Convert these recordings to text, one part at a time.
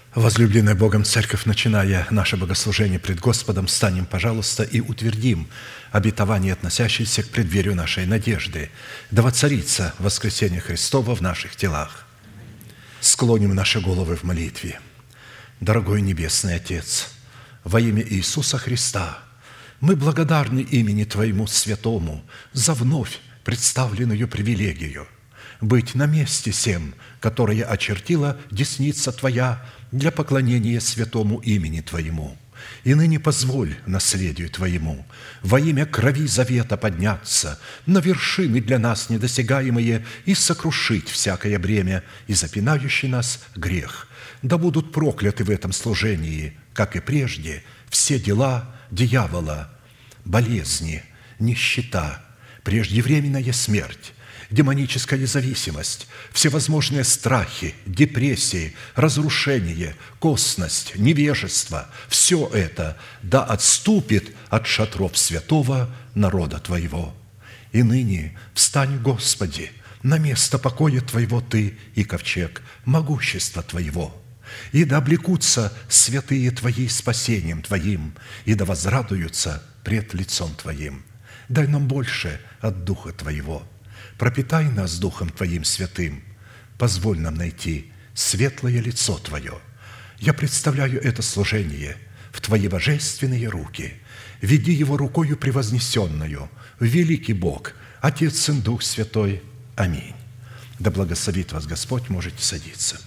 Возлюбленная Богом Церковь, начиная наше богослужение пред Господом, станем, пожалуйста, и утвердим обетование, относящееся к преддверию нашей надежды, да воцарится воскресение Христово в наших телах. Склоним наши головы в молитве. Дорогой Небесный Отец, во имя Иисуса Христа, мы благодарны имени Твоему Святому за вновь представленную привилегию быть на месте сем, которое очертила десница Твоя для поклонения святому имени Твоему. И ныне позволь наследию Твоему во имя крови завета подняться на вершины для нас недосягаемые и сокрушить всякое бремя и запинающий нас грех. Да будут прокляты в этом служении, как и прежде, все дела дьявола, болезни, нищета, преждевременная смерть, демоническая зависимость, всевозможные страхи, депрессии, разрушение, косность, невежество – все это да отступит от шатров святого народа Твоего. И ныне встань, Господи, на место покоя Твоего Ты и ковчег могущества Твоего, и да облекутся святые Твои спасением Твоим, и да возрадуются пред лицом Твоим. Дай нам больше от Духа Твоего. Пропитай нас Духом Твоим святым, позволь нам найти светлое лицо Твое. Я представляю это служение в Твои божественные руки. Веди его рукою превознесенную, великий Бог, Отец, Сын, Дух Святой. Аминь. Да благословит вас Господь, можете садиться.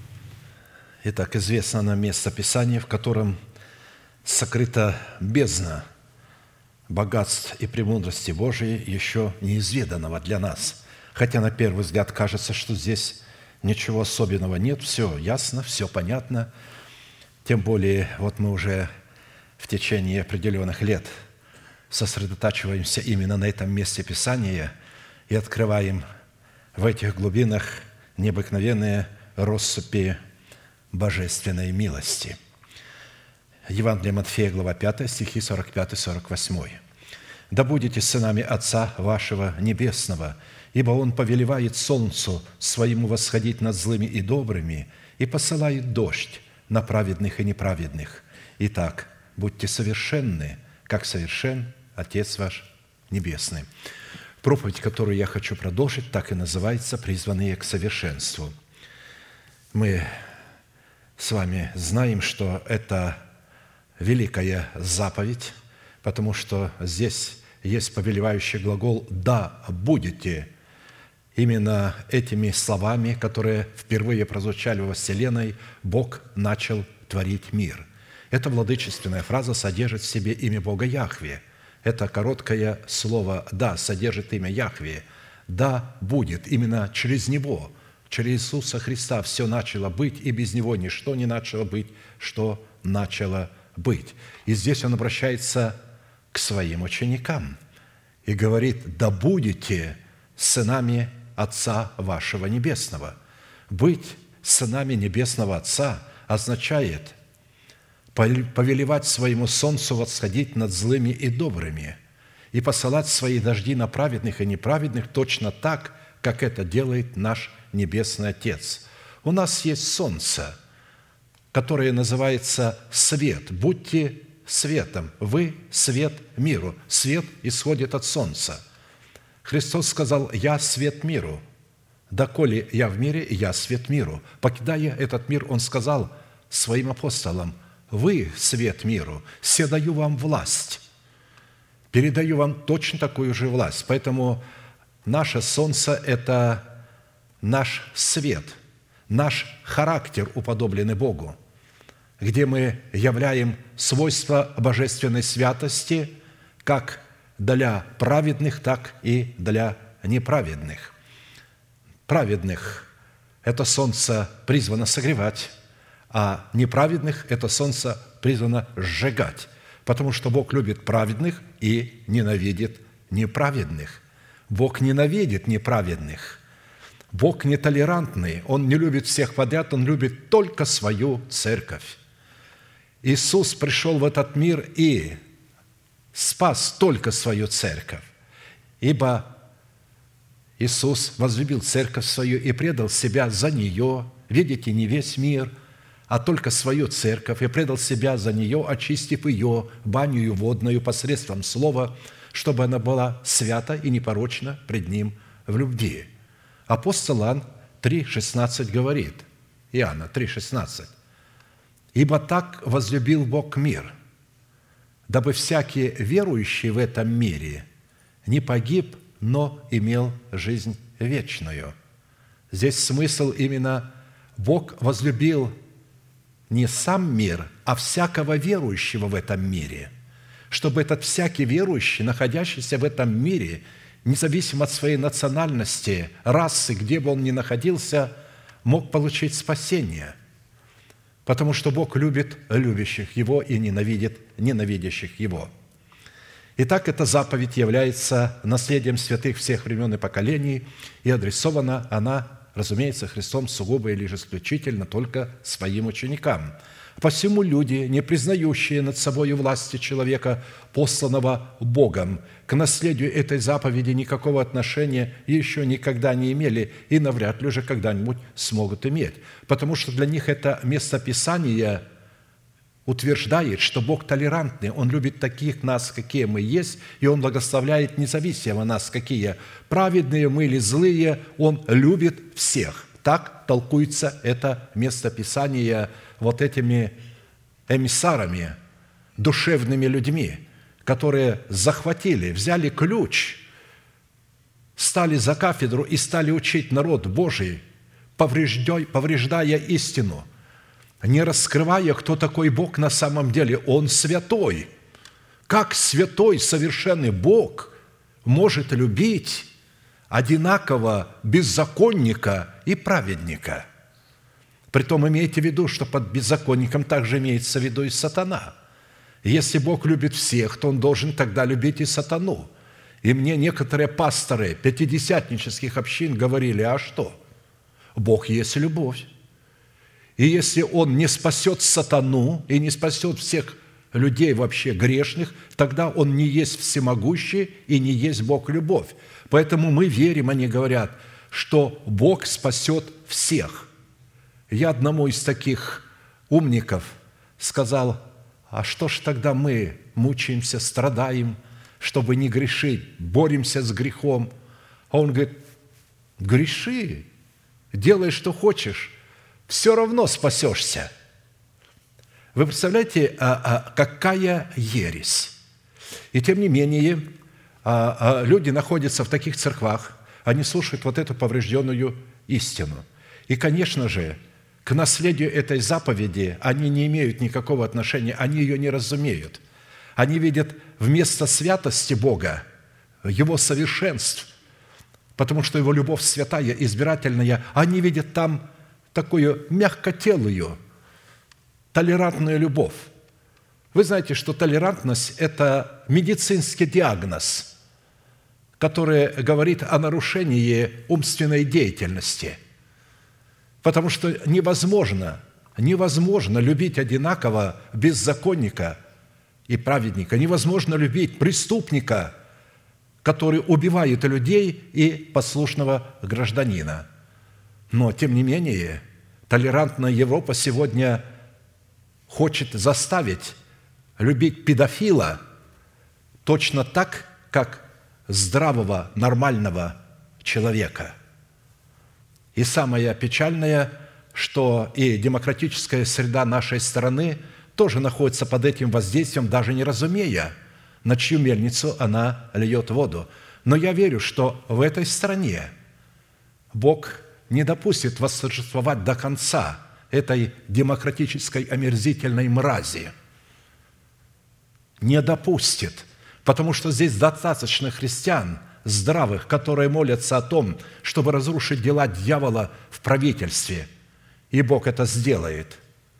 Итак, известно нам место Писания, в котором сокрыта бездна богатств и премудрости Божией, еще неизведанного для нас. Хотя на первый взгляд кажется, что здесь ничего особенного нет, все ясно, все понятно. Тем более, вот мы уже в течение определенных лет сосредотачиваемся именно на этом месте Писания и открываем в этих глубинах необыкновенные россыпи божественной милости. Евангелие Матфея, глава 5, стихи 45-48. «Да будете сынами Отца вашего Небесного, ибо Он повелевает солнцу своему восходить над злыми и добрыми и посылает дождь на праведных и неправедных. Итак, будьте совершенны, как совершен Отец ваш Небесный». Проповедь, которую я хочу продолжить, так и называется «Призванные к совершенству». Мы с вами знаем, что это великая заповедь, потому что здесь есть повелевающий глагол «да будете». Именно этими словами, которые впервые прозвучали во Вселенной, Бог начал творить мир. Эта владычественная фраза содержит в себе имя Бога Яхве. Это короткое слово «да» содержит имя Яхве. «Да будет». Именно через Него, через Иисуса Христа все начало быть, и без Него ничто не начало быть, что начало быть. И здесь Он обращается к своим ученикам и говорит: «Да будете сынами Отца вашего Небесного». Быть сынами Небесного Отца означает повелевать своему солнцу восходить над злыми и добрыми и посылать свои дожди на праведных и неправедных точно так, как это делает наш Небесный Отец. У нас есть солнце, которое называется свет. Будьте светом. Вы – свет миру. Свет исходит от солнца. Христос сказал: «Я свет миру. Доколе я в мире, я свет миру». Покидая этот мир, Он сказал своим апостолам: «Вы – свет миру. Се даю вам власть». Передаю вам точно такую же власть. Поэтому наше солнце – это наш свет, наш характер, уподобленный Богу, где мы являем свойства божественной святости как для праведных, так и для неправедных. Праведных это солнце призвано согревать, а неправедных это солнце призвано сжигать, потому что Бог любит праведных и ненавидит неправедных. Бог ненавидит неправедных. Бог нетолерантный, Он не любит всех подряд, Он любит только свою церковь. Иисус пришел в этот мир и спас только свою церковь, ибо Иисус возлюбил церковь свою и предал себя за нее. Видите, не весь мир, а только свою церковь, и предал себя за нее, очистив ее банью водную посредством слова, чтобы она была свята и непорочна пред Ним в любви». Апостол Иоанн 3,16 говорит, Иоанна 3,16: «Ибо так возлюбил Бог мир, дабы всякий верующий в этом мире не погиб, но имел жизнь вечную». Здесь смысл именно: Бог возлюбил не сам мир, а всякого верующего в этом мире, чтобы этот всякий верующий, находящийся в этом мире, независимо от своей национальности, расы, где бы он ни находился, мог получить спасение, потому что Бог любит любящих Его и ненавидит ненавидящих Его. Итак, эта заповедь является наследием святых всех времен и поколений, и адресована она, разумеется, Христом сугубо или же исключительно только своим ученикам. Посему люди, не признающие над собой власти человека, посланного Богом, к наследию этой заповеди никакого отношения еще никогда не имели и навряд ли уже когда-нибудь смогут иметь, потому что для них это местописание утверждает, что Бог толерантный, Он любит таких нас, какие мы есть, и Он благословляет независимо от нас, какие праведные мы или злые, Он любит всех. Так толкуется это местописание вот этими эмиссарами, душевными людьми, которые захватили, взяли ключ, стали за кафедру и стали учить народ Божий, повреждая истину, не раскрывая, кто такой Бог на самом деле. Он святой. Как святой, совершенный Бог может любить одинаково беззаконника и праведника? Притом имейте в виду, что под беззаконником также имеется в виду и сатана. Если Бог любит всех, то Он должен тогда любить и сатану. И мне некоторые пасторы пятидесятнических общин говорили: а что? Бог есть любовь. И если Он не спасет сатану и не спасет всех людей вообще грешных, тогда Он не есть всемогущий и не есть Бог-любовь. Поэтому мы верим, они говорят, что Бог спасет всех. Я одному из таких умников сказал: а что ж тогда мы мучаемся, страдаем, чтобы не грешить, боремся с грехом? А он говорит: греши, делай, что хочешь, все равно спасешься. Вы представляете, какая ересь? И тем не менее, люди находятся в таких церквах, они слушают вот эту поврежденную истину. И, конечно же, к наследию этой заповеди они не имеют никакого отношения, они ее не разумеют. Они видят вместо святости Бога Его совершенств, потому что Его любовь святая, избирательная, они видят там такую мягкотелую, толерантную любовь. Вы знаете, что толерантность – это медицинский диагноз, который говорит о нарушении умственной деятельности. Потому что невозможно любить одинаково беззаконника и праведника, невозможно любить преступника, который убивает людей, и послушного гражданина. Но, тем не менее, толерантная Европа сегодня хочет заставить любить педофила точно так, как здравого, нормального человека. И самое печальное, что и демократическая среда нашей страны тоже находится под этим воздействием, даже не разумея, на чью мельницу она льет воду. Но я верю, что в этой стране Бог не допустит восторжествовать до конца этой демократической омерзительной мрази. Не допустит, потому что здесь достаточно христиан здравых, которые молятся о том, чтобы разрушить дела дьявола в правительстве, и Бог это сделает.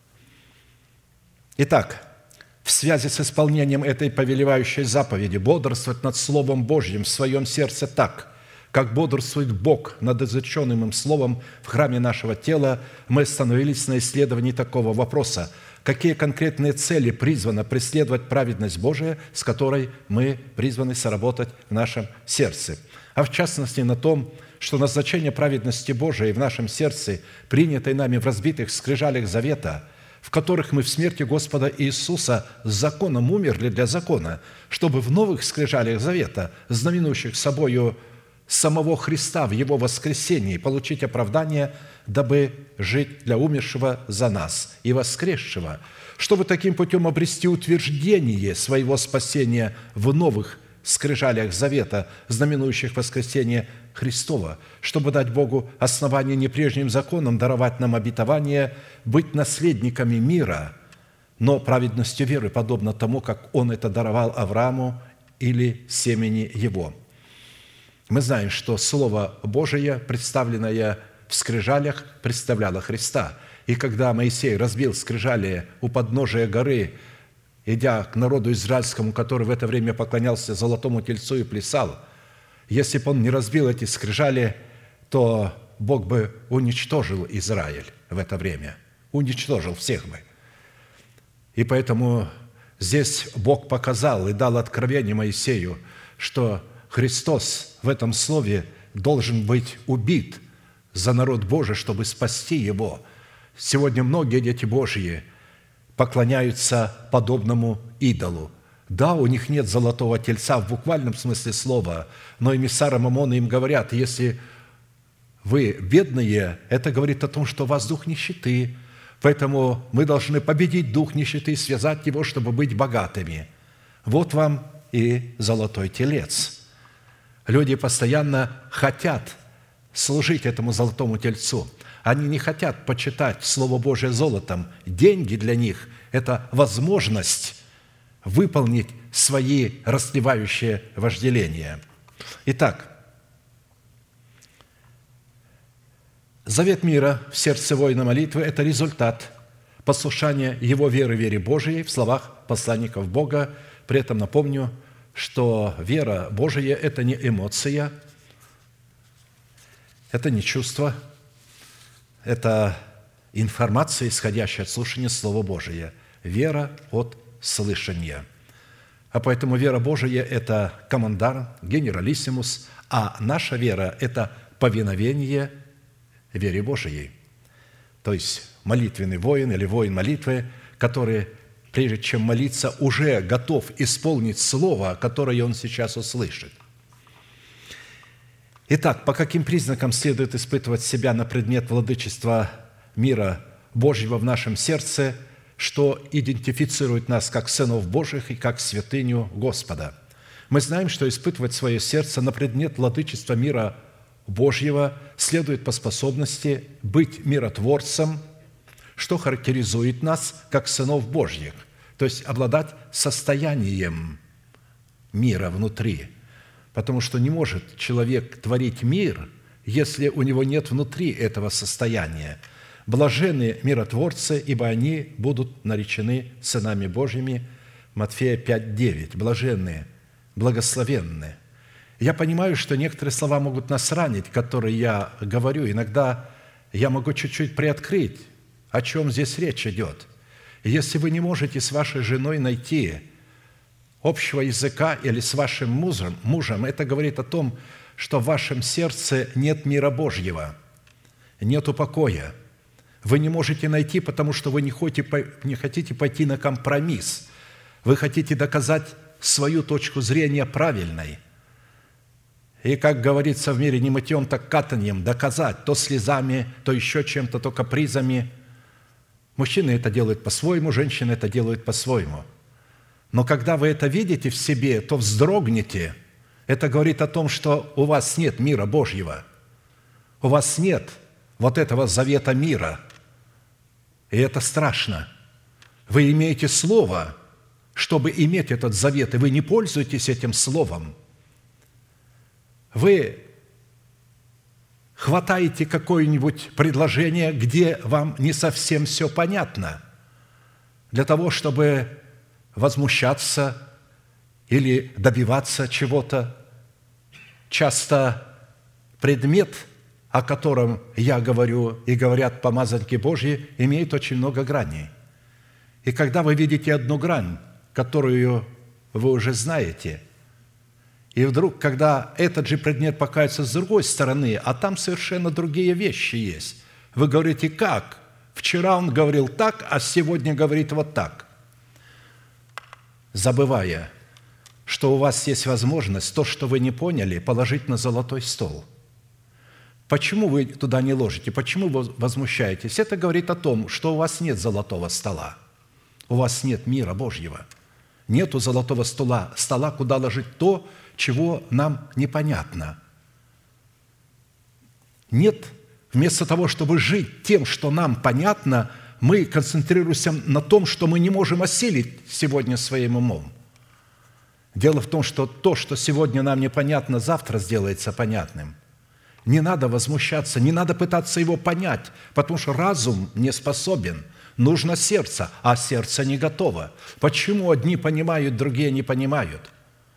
Итак, в связи с исполнением этой повелевающей заповеди бодрствовать над Словом Божьим в своем сердце так, как бодрствует Бог над изреченным им Словом в храме нашего тела, мы остановились на исследовании такого вопроса: какие конкретные цели призвана преследовать праведность Божия, с которой мы призваны соработать в нашем сердце. А в частности на том, что назначение праведности Божией в нашем сердце, принятой нами в разбитых скрижалях завета, в которых мы в смерти Господа Иисуса с законом умерли для закона, чтобы в новых скрижалях завета, знаменующих собою самого Христа в Его воскресении, получить оправдание, дабы жить для умершего за нас и воскресшего, чтобы таким путем обрести утверждение своего спасения в новых скрижалях завета, знаменующих воскресение Христова, чтобы дать Богу основание не прежним законом даровать нам обетование быть наследниками мира, но праведностью веры, подобно тому, как Он это даровал Аврааму или семени его». Мы знаем, что Слово Божие, представленное в скрижалях, представляло Христа. И когда Моисей разбил скрижали у подножия горы, идя к народу израильскому, который в это время поклонялся золотому тельцу и плясал, если бы он не разбил эти скрижали, то Бог бы уничтожил Израиль в это время. Уничтожил всех бы. И поэтому здесь Бог показал и дал откровение Моисею, что Христос в этом слове должен быть убит за народ Божий, чтобы спасти его. Сегодня многие дети Божьи поклоняются подобному идолу. Да, у них нет золотого тельца в буквальном смысле слова, но эмиссары Мамона им говорят: если вы бедные, это говорит о том, что у вас дух нищеты, поэтому мы должны победить дух нищеты и связать его, чтобы быть богатыми. Вот вам и золотой телец. Люди постоянно хотят служить этому золотому тельцу. Они не хотят почитать Слово Божие золотом. Деньги для них – это возможность выполнить свои растлевающие вожделения. Итак, завет мира в сердце воина молитвы – это результат послушания его веры вере Божией в словах посланников Бога. При этом напомню, что вера Божия – это не эмоция, это не чувство, это информация, исходящая от слушания Слова Божия. Вера от слышания. А поэтому вера Божия – это командар, генералиссимус, а наша вера – это повиновение вере Божией. То есть молитвенный воин или воин молитвы, который, прежде чем молиться, уже готов исполнить слово, которое он сейчас услышит. Итак, по каким признакам следует испытывать себя на предмет владычества мира Божьего в нашем сердце, что идентифицирует нас как сынов Божьих и как святыню Господа? Мы знаем, что испытывать свое сердце на предмет владычества мира Божьего следует по способности быть миротворцем, что характеризует нас как сынов Божьих, то есть обладать состоянием мира внутри. Потому что не может человек творить мир, если у него нет внутри этого состояния. Блаженны миротворцы, ибо они будут наречены сынами Божьими. Матфея 5:9. Блаженные, благословенные. Я понимаю, что некоторые слова могут нас ранить, которые я говорю. Иногда я могу чуть-чуть приоткрыть, о чем здесь речь идет. Если вы не можете с вашей женой найти общего языка или с вашим мужем, это говорит о том, что в вашем сердце нет мира Божьего, нет покоя. Вы не можете найти, потому что вы не хотите пойти на компромисс. Вы хотите доказать свою точку зрения правильной. И, как говорится в мире, не мытьем, так катаньем доказать, то слезами, то еще чем-то, то капризами. Мужчины это делают по-своему, женщины это делают по-своему. Но когда вы это видите в себе, то вздрогнете. Это говорит о том, что у вас нет мира Божьего. У вас нет вот этого завета мира. И это страшно. Вы имеете слово, чтобы иметь этот завет, и вы не пользуетесь этим словом. Вы хватаете какое-нибудь предложение, где вам не совсем все понятно, для того, чтобы возмущаться или добиваться чего-то. Часто предмет, о котором я говорю и говорят помазанники Божьи, имеет очень много граней. И когда вы видите одну грань, которую вы уже знаете, и вдруг, когда этот же предмет показывается с другой стороны, а там совершенно другие вещи есть, вы говорите: как? Вчера он говорил так, а сегодня говорит вот так. Забывая, что у вас есть возможность то, что вы не поняли, положить на золотой стол. Почему вы туда не ложите? Почему вы возмущаетесь? Это говорит о том, что у вас нет золотого стола. У вас нет мира Божьего. Нету золотого стола, куда ложить то, чего нам непонятно. Нет, вместо того, чтобы жить тем, что нам понятно, мы концентрируемся на том, что мы не можем осилить сегодня своим умом. Дело в том, что то, что сегодня нам непонятно, завтра сделается понятным. Не надо возмущаться, не надо пытаться его понять, потому что разум не способен. Нужно сердце, а сердце не готово. Почему одни понимают, другие не понимают?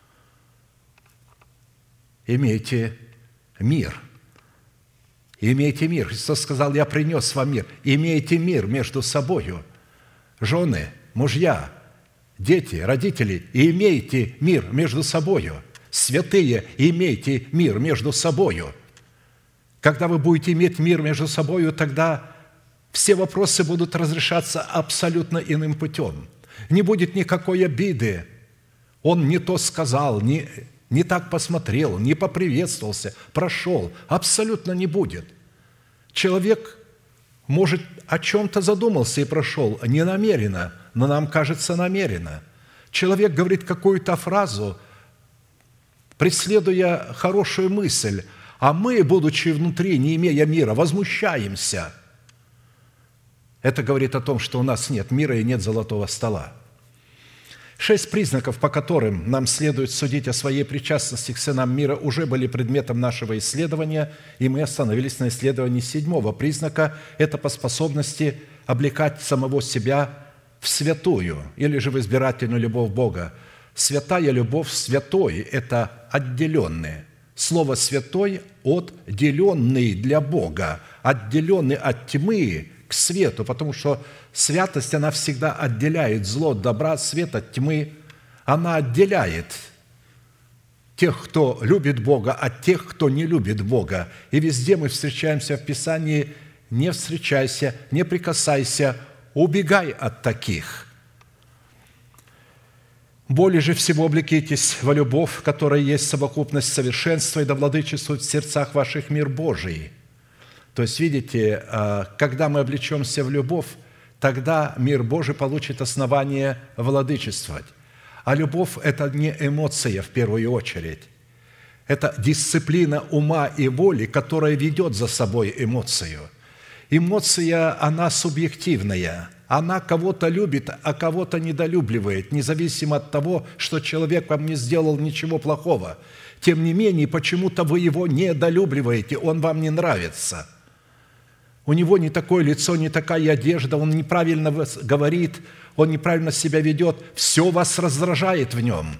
Имейте мир. Имейте мир. Христос сказал: «Я принес вам мир». Имейте мир между собою. Жены, мужья, дети, родители, имейте мир между собою. Святые, имейте мир между собою. Когда вы будете иметь мир между собою, тогда все вопросы будут разрешаться абсолютно иным путем. Не будет никакой обиды. Он не то сказал, не так посмотрел, не поприветствовался, прошел. Абсолютно не будет. Человек, может, о чем-то задумался и прошел, не намеренно, но нам кажется намеренно. Человек говорит какую-то фразу, преследуя хорошую мысль, а мы, будучи внутри, не имея мира, возмущаемся. Это говорит о том, что у нас нет мира и нет золотого стола. 6 признаков, по которым нам следует судить о своей причастности к сынам мира, уже были предметом нашего исследования, и мы остановились на исследовании 7-го признака. Это по способности облекать самого себя в святую или же в избирательную любовь Бога. Святая любовь, святой – это отделенные. Слово «святой» – отделенный для Бога, отделенный от тьмы к свету, потому что святость, она всегда отделяет зло от добра, свет от тьмы. Она отделяет тех, кто любит Бога, от тех, кто не любит Бога. И везде мы встречаемся в Писании: не встречайся, не прикасайся, убегай от таких. Более же всего облекитесь во любовь, которая есть совокупность совершенства, и да владычествует в сердцах ваших мир Божий. То есть, видите, когда мы облечемся в любовь, тогда мир Божий получит основание владычествовать. А любовь – это не эмоция в первую очередь. Это дисциплина ума и воли, которая ведет за собой эмоцию. Эмоция, она субъективная. Она кого-то любит, а кого-то недолюбливает, независимо от того, что человек вам не сделал ничего плохого. Тем не менее, почему-то вы его недолюбливаете, он вам не нравится. У него не такое лицо, не такая одежда, он неправильно говорит, он неправильно себя ведет. Все вас раздражает в нем.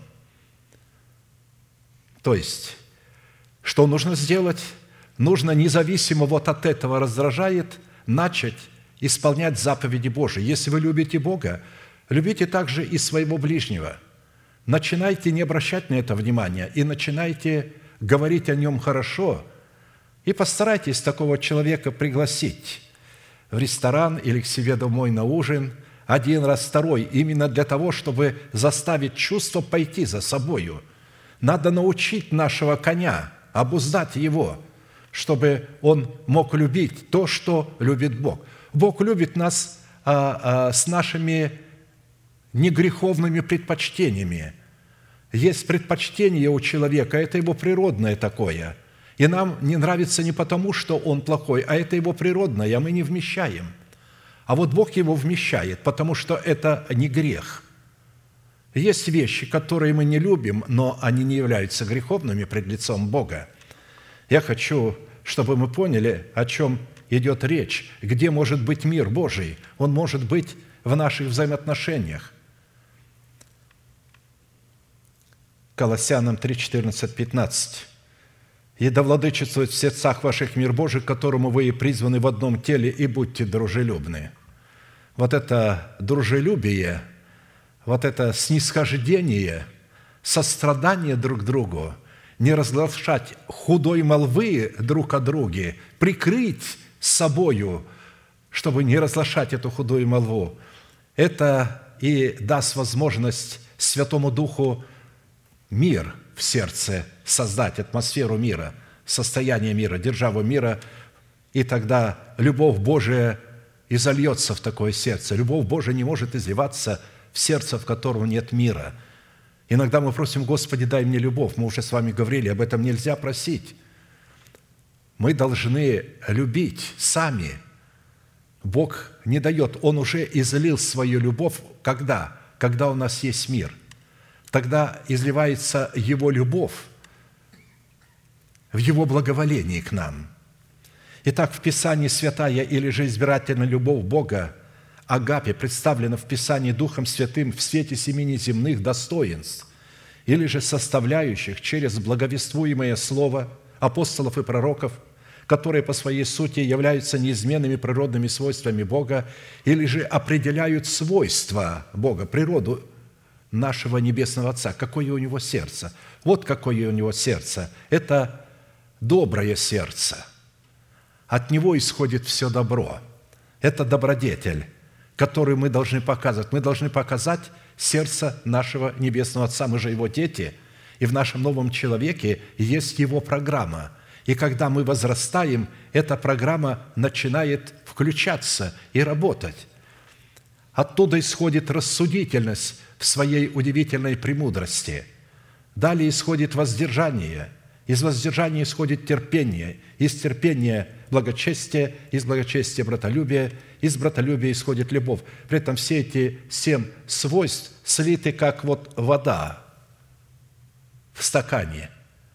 То есть, что нужно сделать? Нужно, независимо вот от этого раздражает, начать исполнять заповеди Божии. Если вы любите Бога, любите также и своего ближнего. Начинайте не обращать на это внимания и начинайте говорить о нем хорошо. И постарайтесь такого человека пригласить в ресторан или к себе домой на ужин один раз, второй, именно для того, чтобы заставить чувство пойти за собою. Надо научить нашего коня, обуздать его, чтобы он мог любить то, что любит Бог. Бог любит нас с нашими негреховными предпочтениями. Есть предпочтение у человека, это его природное такое. И нам не нравится не потому, что он плохой, а это его природное, а мы не вмещаем. А вот Бог его вмещает, потому что это не грех. Есть вещи, которые мы не любим, но они не являются греховными пред лицом Бога. Я хочу, чтобы мы поняли, о чем идет речь, где может быть мир Божий. Он может быть в наших взаимоотношениях. Колоссянам 3, 14, 15. «И да владычествует в сердцах ваших мир Божий, к которому вы и призваны в одном теле, и будьте дружелюбны». Вот это дружелюбие, вот это снисхождение, сострадание друг к другу, не разглашать худой молвы друг о друге, прикрыть собою чтобы не разглашать эту худую молву. Это и даст возможность Святому Духу мир в сердце создать, атмосферу мира, состояние мира, державу мира, и тогда любовь Божия изольется в такое сердце. Любовь Божия не может изливаться в сердце, в котором нет мира. Иногда мы просим: Господи, дай мне любовь. Мы уже с вами говорили, об этом нельзя просить. Мы должны любить сами. Бог не дает. Он уже излил свою любовь. Когда? Когда у нас есть мир. Тогда изливается Его любовь в Его благоволении к нам. Итак, в Писании святая или же избирательная любовь Бога, агапе, представлена в Писании Духом Святым в свете семи неземных достоинств, или же составляющих через благовествуемое слово апостолов и пророков, которые по своей сути являются неизменными природными свойствами Бога, или же определяют свойства Бога, природу нашего Небесного Отца. Какое у Него сердце? Вот какое у Него сердце. Это доброе сердце. От Него исходит все добро. Это добродетель, которую мы должны показывать. Мы должны показать сердце нашего Небесного Отца. Мы же Его дети, и в нашем новом человеке есть Его программа. И когда мы возрастаем, эта программа начинает включаться и работать. Оттуда исходит рассудительность в своей удивительной премудрости. Далее исходит воздержание. Из воздержания исходит терпение. Из терпения – благочестие, из благочестия – братолюбие, из братолюбия исходит любовь. При этом все эти 7 свойств слиты, как вот вода в стакане.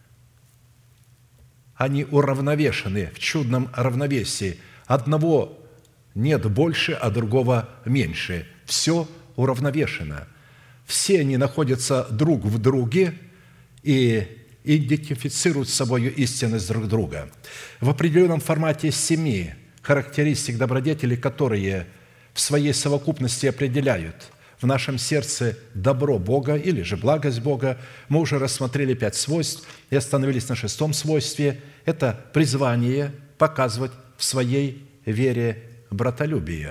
Они уравновешены в чудном равновесии. Одного нет больше, а другого меньше. Все уравновешено. Все они находятся друг в друге и идентифицируют с собой истинность друг друга. В определенном формате 7 характеристик добродетели, которые в своей совокупности определяют в нашем сердце добро Бога или же благость Бога. Мы уже рассмотрели 5 свойств и остановились на 6 свойстве. Это призвание показывать в своей вере братолюбие.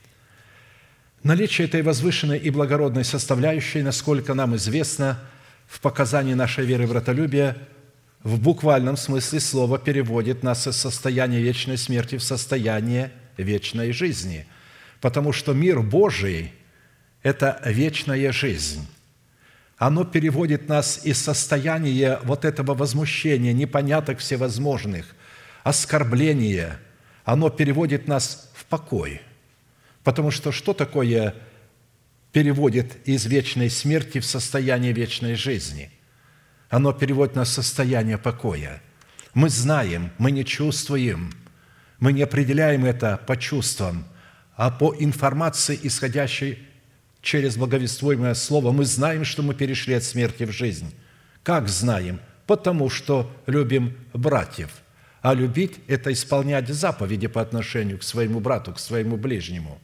Наличие этой возвышенной и благородной составляющей, насколько нам известно, в показании нашей веры братолюбия в буквальном смысле слова переводит нас из состояния вечной смерти в состояние вечной жизни, потому что мир Божий – это вечная жизнь. Оно переводит нас из состояния вот этого возмущения, непоняток всевозможных, оскорбления. Оно переводит нас в покой. Потому что такое переводит из вечной смерти в состояние вечной жизни? Оно переводит нас в состояние покоя. Мы знаем, мы не чувствуем, мы не определяем это по чувствам, а по информации, исходящей через благовествуемое слово. Мы знаем, что мы перешли от смерти в жизнь. Как знаем? Потому что любим братьев. А любить – это исполнять заповеди по отношению к своему брату, к своему ближнему.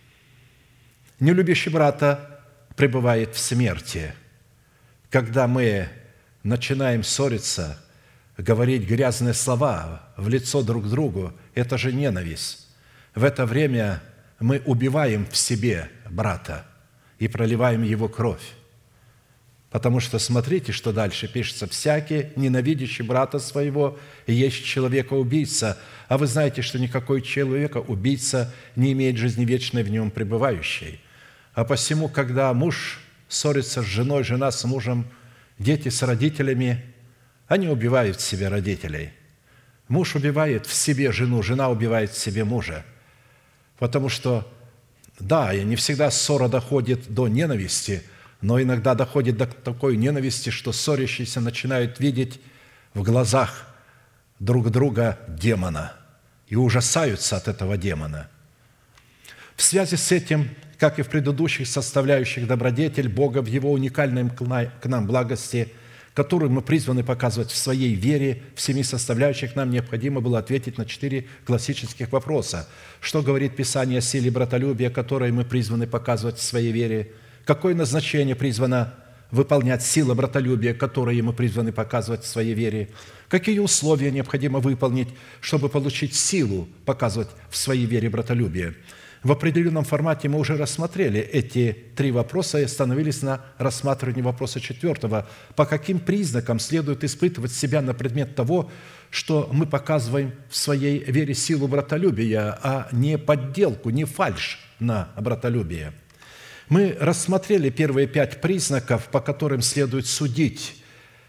Нелюбящий брата пребывает в смерти. Когда мы начинаем ссориться, говорить грязные слова в лицо друг другу, это же ненависть. В это время мы убиваем в себе брата и проливаем его кровь. Потому что смотрите, что дальше пишется: «Всякий, ненавидящий брата своего, есть человека-убийца, а вы знаете, что никакой человека-убийца не имеет жизни вечной в нем пребывающей». А посему, когда муж ссорится с женой, жена с мужем, дети с родителями, они убивают в себе родителей. Муж убивает в себе жену, жена убивает в себе мужа. Потому что, да, и не всегда ссора доходит до ненависти, но иногда доходит до такой ненависти, что ссорящиеся начинают видеть в глазах друг друга демона и ужасаются от этого демона. В связи с этим, как и в предыдущих составляющих добродетель Бога в Его уникальной к нам благости, которую мы призваны показывать в своей вере, в 7 составляющих, нам необходимо было ответить на 4 классических вопроса. Что говорит Писание о силе братолюбия, которое мы призваны показывать в своей вере? Какое назначение призвано выполнять силы братолюбия, которые мы призваны показывать в своей вере, какие условия необходимо выполнить, чтобы получить силу показывать в своей вере братолюбие. В определенном формате мы уже рассмотрели эти три вопроса и остановились на рассматривании вопроса четвертого. По каким признакам следует испытывать себя на предмет того, что мы показываем в своей вере силу братолюбия, а не подделку, не фальшь на братолюбие? Мы рассмотрели первые 5 признаков, по которым следует судить,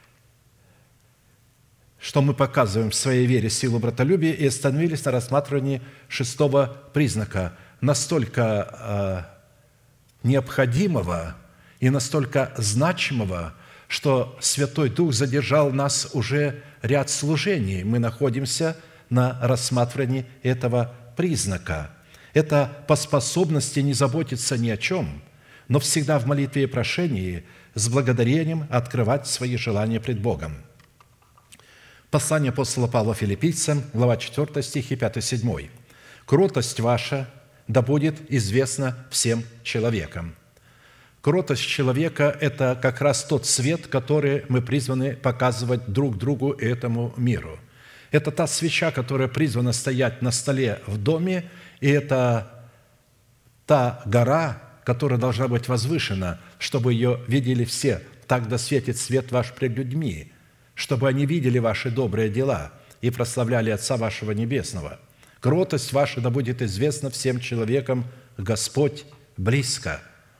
что мы показываем в своей вере силу братолюбия, и остановились на рассматривании 6-го признака, настолько необходимого и настолько значимого, что Святой Дух задержал нас уже ряд служений. Мы находимся на рассматривании этого признака. Это по способности не заботиться ни о чем, но всегда в молитве и прошении с благодарением открывать свои желания пред Богом. Послание апостола Павла Филиппийцам, глава 4, стихи 5-7. «Кротость ваша да будет известна всем человекам». Кротость человека – это как раз тот свет, который мы призваны показывать друг другу и этому миру. Это та свеча, которая призвана стоять на столе в доме, и это та гора, которая должна быть возвышена, чтобы ее видели все. Так да светит свет ваш пред людьми, чтобы они видели ваши добрые дела и прославляли Отца вашего Небесного. Кротость ваша да будет известна всем человекам, Господь близко.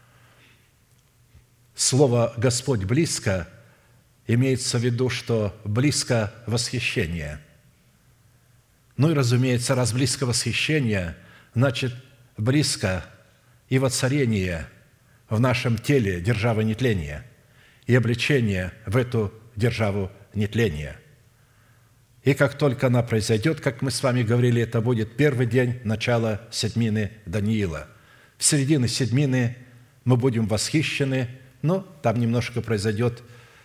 Слово «Господь близко» имеется в виду, что близко восхищение. Ну и, разумеется, раз близко восхищение, значит, близко и воцарение в нашем теле державы нетления и облечение в эту державу нетления. И как только она произойдет, как мы с вами говорили, это будет первый день начала седмины Даниила. В середине седмины мы будем восхищены, но там немножко произойдет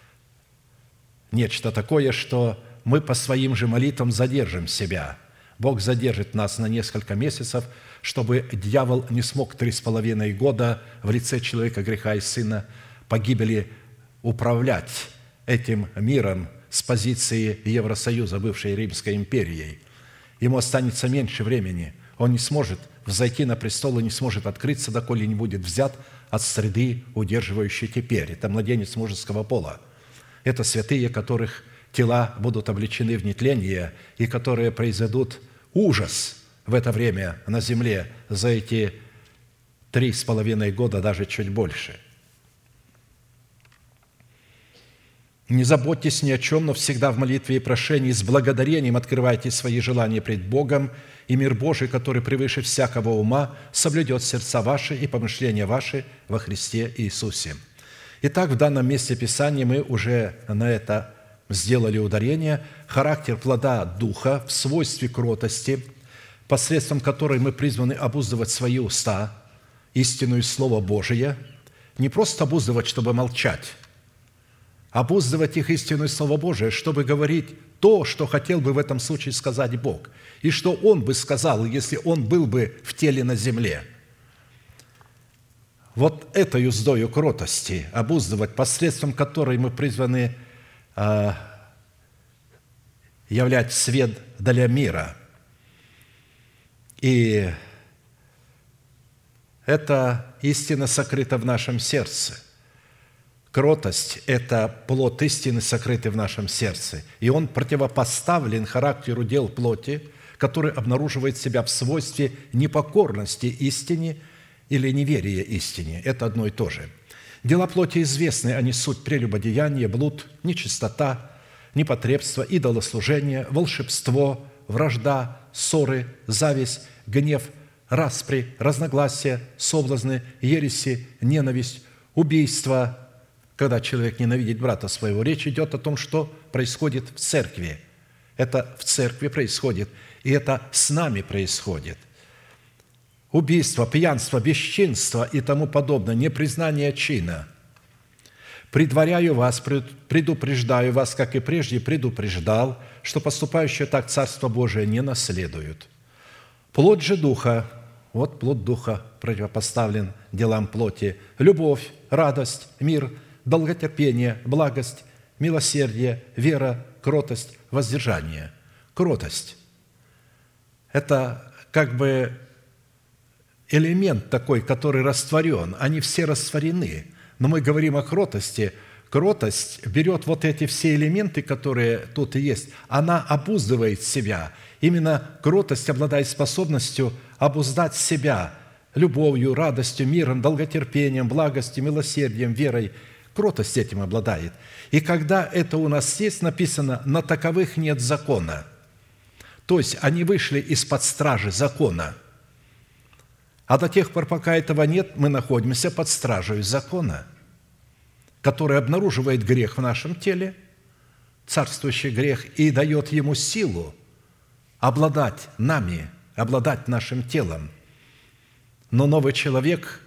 нечто такое, что мы по своим же молитвам задержим себя. Бог задержит нас на несколько месяцев, чтобы дьявол не смог 3,5 года в лице человека греха и сына погибели управлять этим миром с позиции Евросоюза, бывшей Римской империей. Ему останется меньше времени. Он не сможет взойти на престол и не сможет открыться, доколе не будет взят от среды, удерживающей теперь. Это младенец мужеского пола. Это святые, которых тела будут облечены в нетление и которые произойдут ужас в это время на земле за эти 3,5 года, даже чуть больше. Не заботьтесь ни о чем, но всегда в молитве и прошении с благодарением открывайте свои желания пред Богом, и мир Божий, который превыше всякого ума, соблюдет сердца ваши и помышления ваши во Христе Иисусе. Итак, в данном месте Писания мы уже на это сделали ударение. Характер плода Духа в свойстве кротости, посредством которой мы призваны обуздывать свои уста, истину и Слово Божие, не просто обуздывать, чтобы молчать, обуздывать их истину и Слово Божие, чтобы говорить то, что хотел бы в этом случае сказать Бог, и что Он бы сказал, если Он был бы в теле на земле. Вот этой уздою кротости обуздывать, посредством которой мы призваны являть свет для мира. И эта истина сокрыта в нашем сердце. Кротость – это плод истины, сокрытый в нашем сердце. И он противопоставлен характеру дел плоти, который обнаруживает себя в свойстве непокорности истине или неверия истине. Это одно и то же. Дела плоти известны, они суть прелюбодеяние, блуд, нечистота, непотребство, идолослужение, волшебство, вражда, ссоры, зависть, гнев, распри, разногласия, соблазны, ереси, ненависть, убийство. Когда человек ненавидит брата своего, речь идет о том, что происходит в церкви. Это в церкви происходит, и это с нами происходит. Убийство, пьянство, бесчинство и тому подобное, непризнание чина. «Предваряю вас, предупреждаю вас, как и прежде предупреждал, что поступающие так Царство Божие не наследуют». Плоть же Духа, вот плод Духа противопоставлен делам плоти, любовь, радость, мир, долготерпение, благость, милосердие, вера, кротость, воздержание. Кротость – это как бы элемент такой, который растворен. Они все растворены. Но мы говорим о кротости. Кротость берет вот эти все элементы, которые тут и есть. Она обуздывает себя. Именно кротость обладает способностью обуздать себя любовью, радостью, миром, долготерпением, благостью, милосердием, верой. Кротость этим обладает. И когда это у нас есть, написано, на таковых нет закона. То есть они вышли из-под стражи закона. А до тех пор, пока этого нет, мы находимся под стражей закона, который обнаруживает грех в нашем теле, царствующий грех, и дает ему силу обладать нами, обладать нашим телом. Но новый человек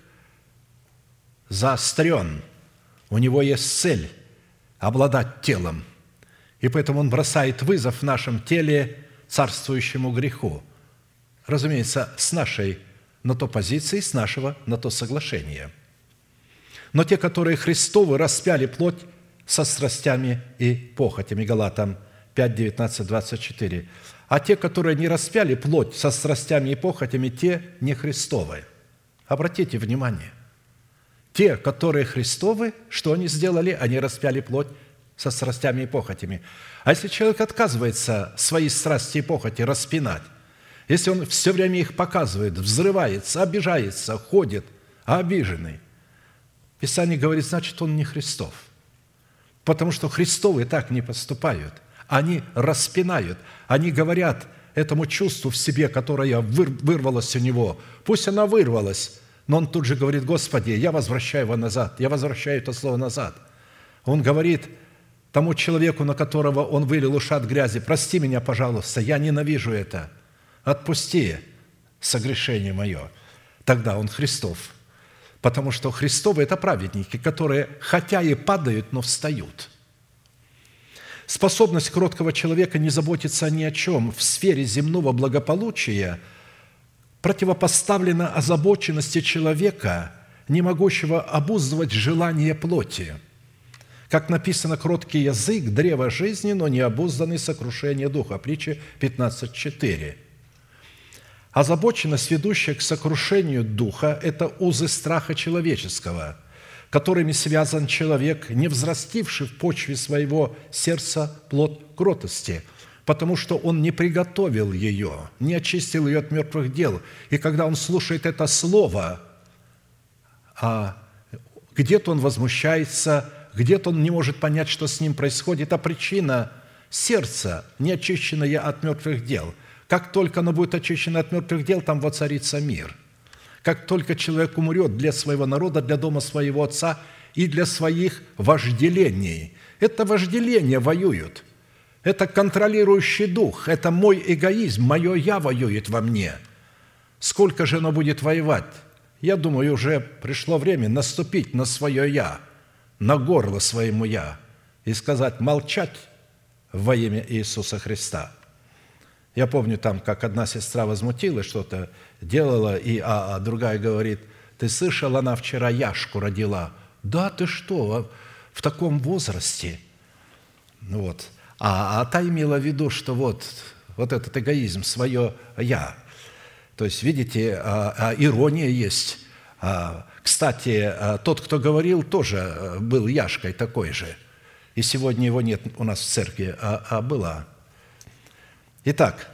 заострен, у него есть цель обладать телом, и поэтому он бросает вызов в нашем теле царствующему греху. Разумеется, с нашей на то позиции, с нашего на то соглашения. Но те, которые Христовы, распяли плоть со страстями и похотями. Галатам 5, 19, 24. А те, которые не распяли плоть со страстями и похотями, те не Христовы. Обратите внимание. Те, которые Христовы, что они сделали? Они распяли плоть со страстями и похотями. А если человек отказывается свои страсти и похоти распинать, если он все время их показывает, взрывается, обижается, ходит, обиженный, Писание говорит, значит, он не Христов. Потому что Христовы так не поступают. Они распинают, они говорят этому чувству в себе, которое вырвалось у него. Пусть она вырвалась, но он тут же говорит, Господи, я возвращаю его назад, я возвращаю это слово назад. Он говорит тому человеку, на которого он вылил ушат грязи, прости меня, пожалуйста, я ненавижу это. Отпусти согрешение мое. Тогда он Христов. Потому что Христовы – это праведники, которые, хотя и падают, но встают. Способность кроткого человека не заботиться ни о чем в сфере земного благополучия противопоставлена озабоченности человека, не могущего обуздывать желание плоти. Как написано, кроткий язык – древо жизни, но не обузданный сокрушение духа. Притча 15:4. Озабоченность, ведущая к сокрушению духа, это узы страха человеческого, которыми связан человек, не взрастивший в почве своего сердца плод кротости, потому что он не приготовил ее, не очистил ее от мертвых дел. И когда он слушает это слово, где-то он возмущается, где-то он не может понять, что с ним происходит, а причина – сердце, не очищенное от мертвых дел. Как только оно будет очищено от мертвых дел, там воцарится мир. Как только человек умрет для своего народа, для дома своего отца и для своих вожделений. Это вожделения воюют. Это контролирующий дух. Это мой эгоизм, мое «я» воюет во мне. Сколько же оно будет воевать? Я думаю, уже пришло время наступить на свое «я», на горло своему «я» и сказать «молчать во имя Иисуса Христа». Я помню там, как одна сестра возмутилась, что-то делала, а другая говорит, ты слышал, она вчера Яшку родила. Да, ты что, в таком возрасте? Вот. А та имела в виду, что вот этот эгоизм, свое «я». То есть, видите, ирония есть. Кстати, тот, кто говорил, тоже был Яшкой такой же. И сегодня его нет у нас в церкви, а была. Итак,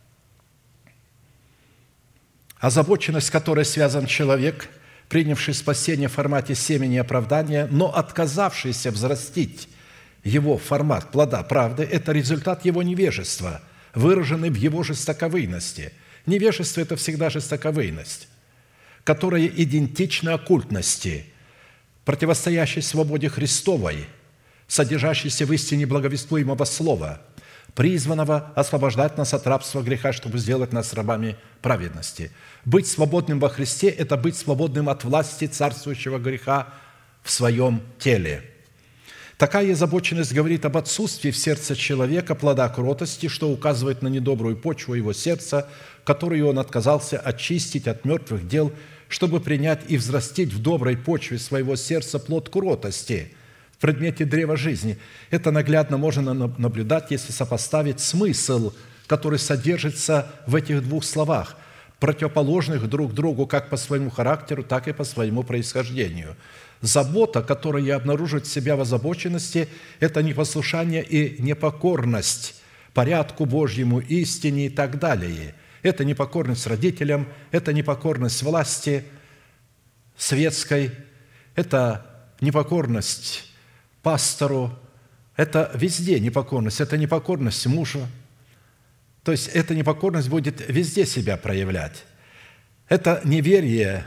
озабоченность, с которой связан человек, принявший спасение в формате семени оправдания, но отказавшийся взрастить его формат плода правды, это результат его невежества, выраженный в его жестоковыйности. Невежество – это всегда жестоковыйность, которая идентична оккультности, противостоящей свободе Христовой, содержащейся в истине благовествуемого слова, призванного освобождать нас от рабства греха, чтобы сделать нас рабами праведности. Быть свободным во Христе – это быть свободным от власти царствующего греха в своем теле. Такая озабоченность говорит об отсутствии в сердце человека плода кротости, что указывает на недобрую почву его сердца, которую он отказался очистить от мертвых дел, чтобы принять и взрастить в доброй почве своего сердца плод кротости, в предмете древа жизни. Это наглядно можно наблюдать, если сопоставить смысл, который содержится в этих двух словах, противоположных друг другу как по своему характеру, так и по своему происхождению. Забота, которая обнаруживает себя в озабоченности, это непослушание и непокорность порядку Божьему, истине и так далее. Это непокорность родителям, это непокорность власти светской, это непокорность пастору, это везде непокорность, это непокорность мужу. То есть эта непокорность будет везде себя проявлять. Это неверие,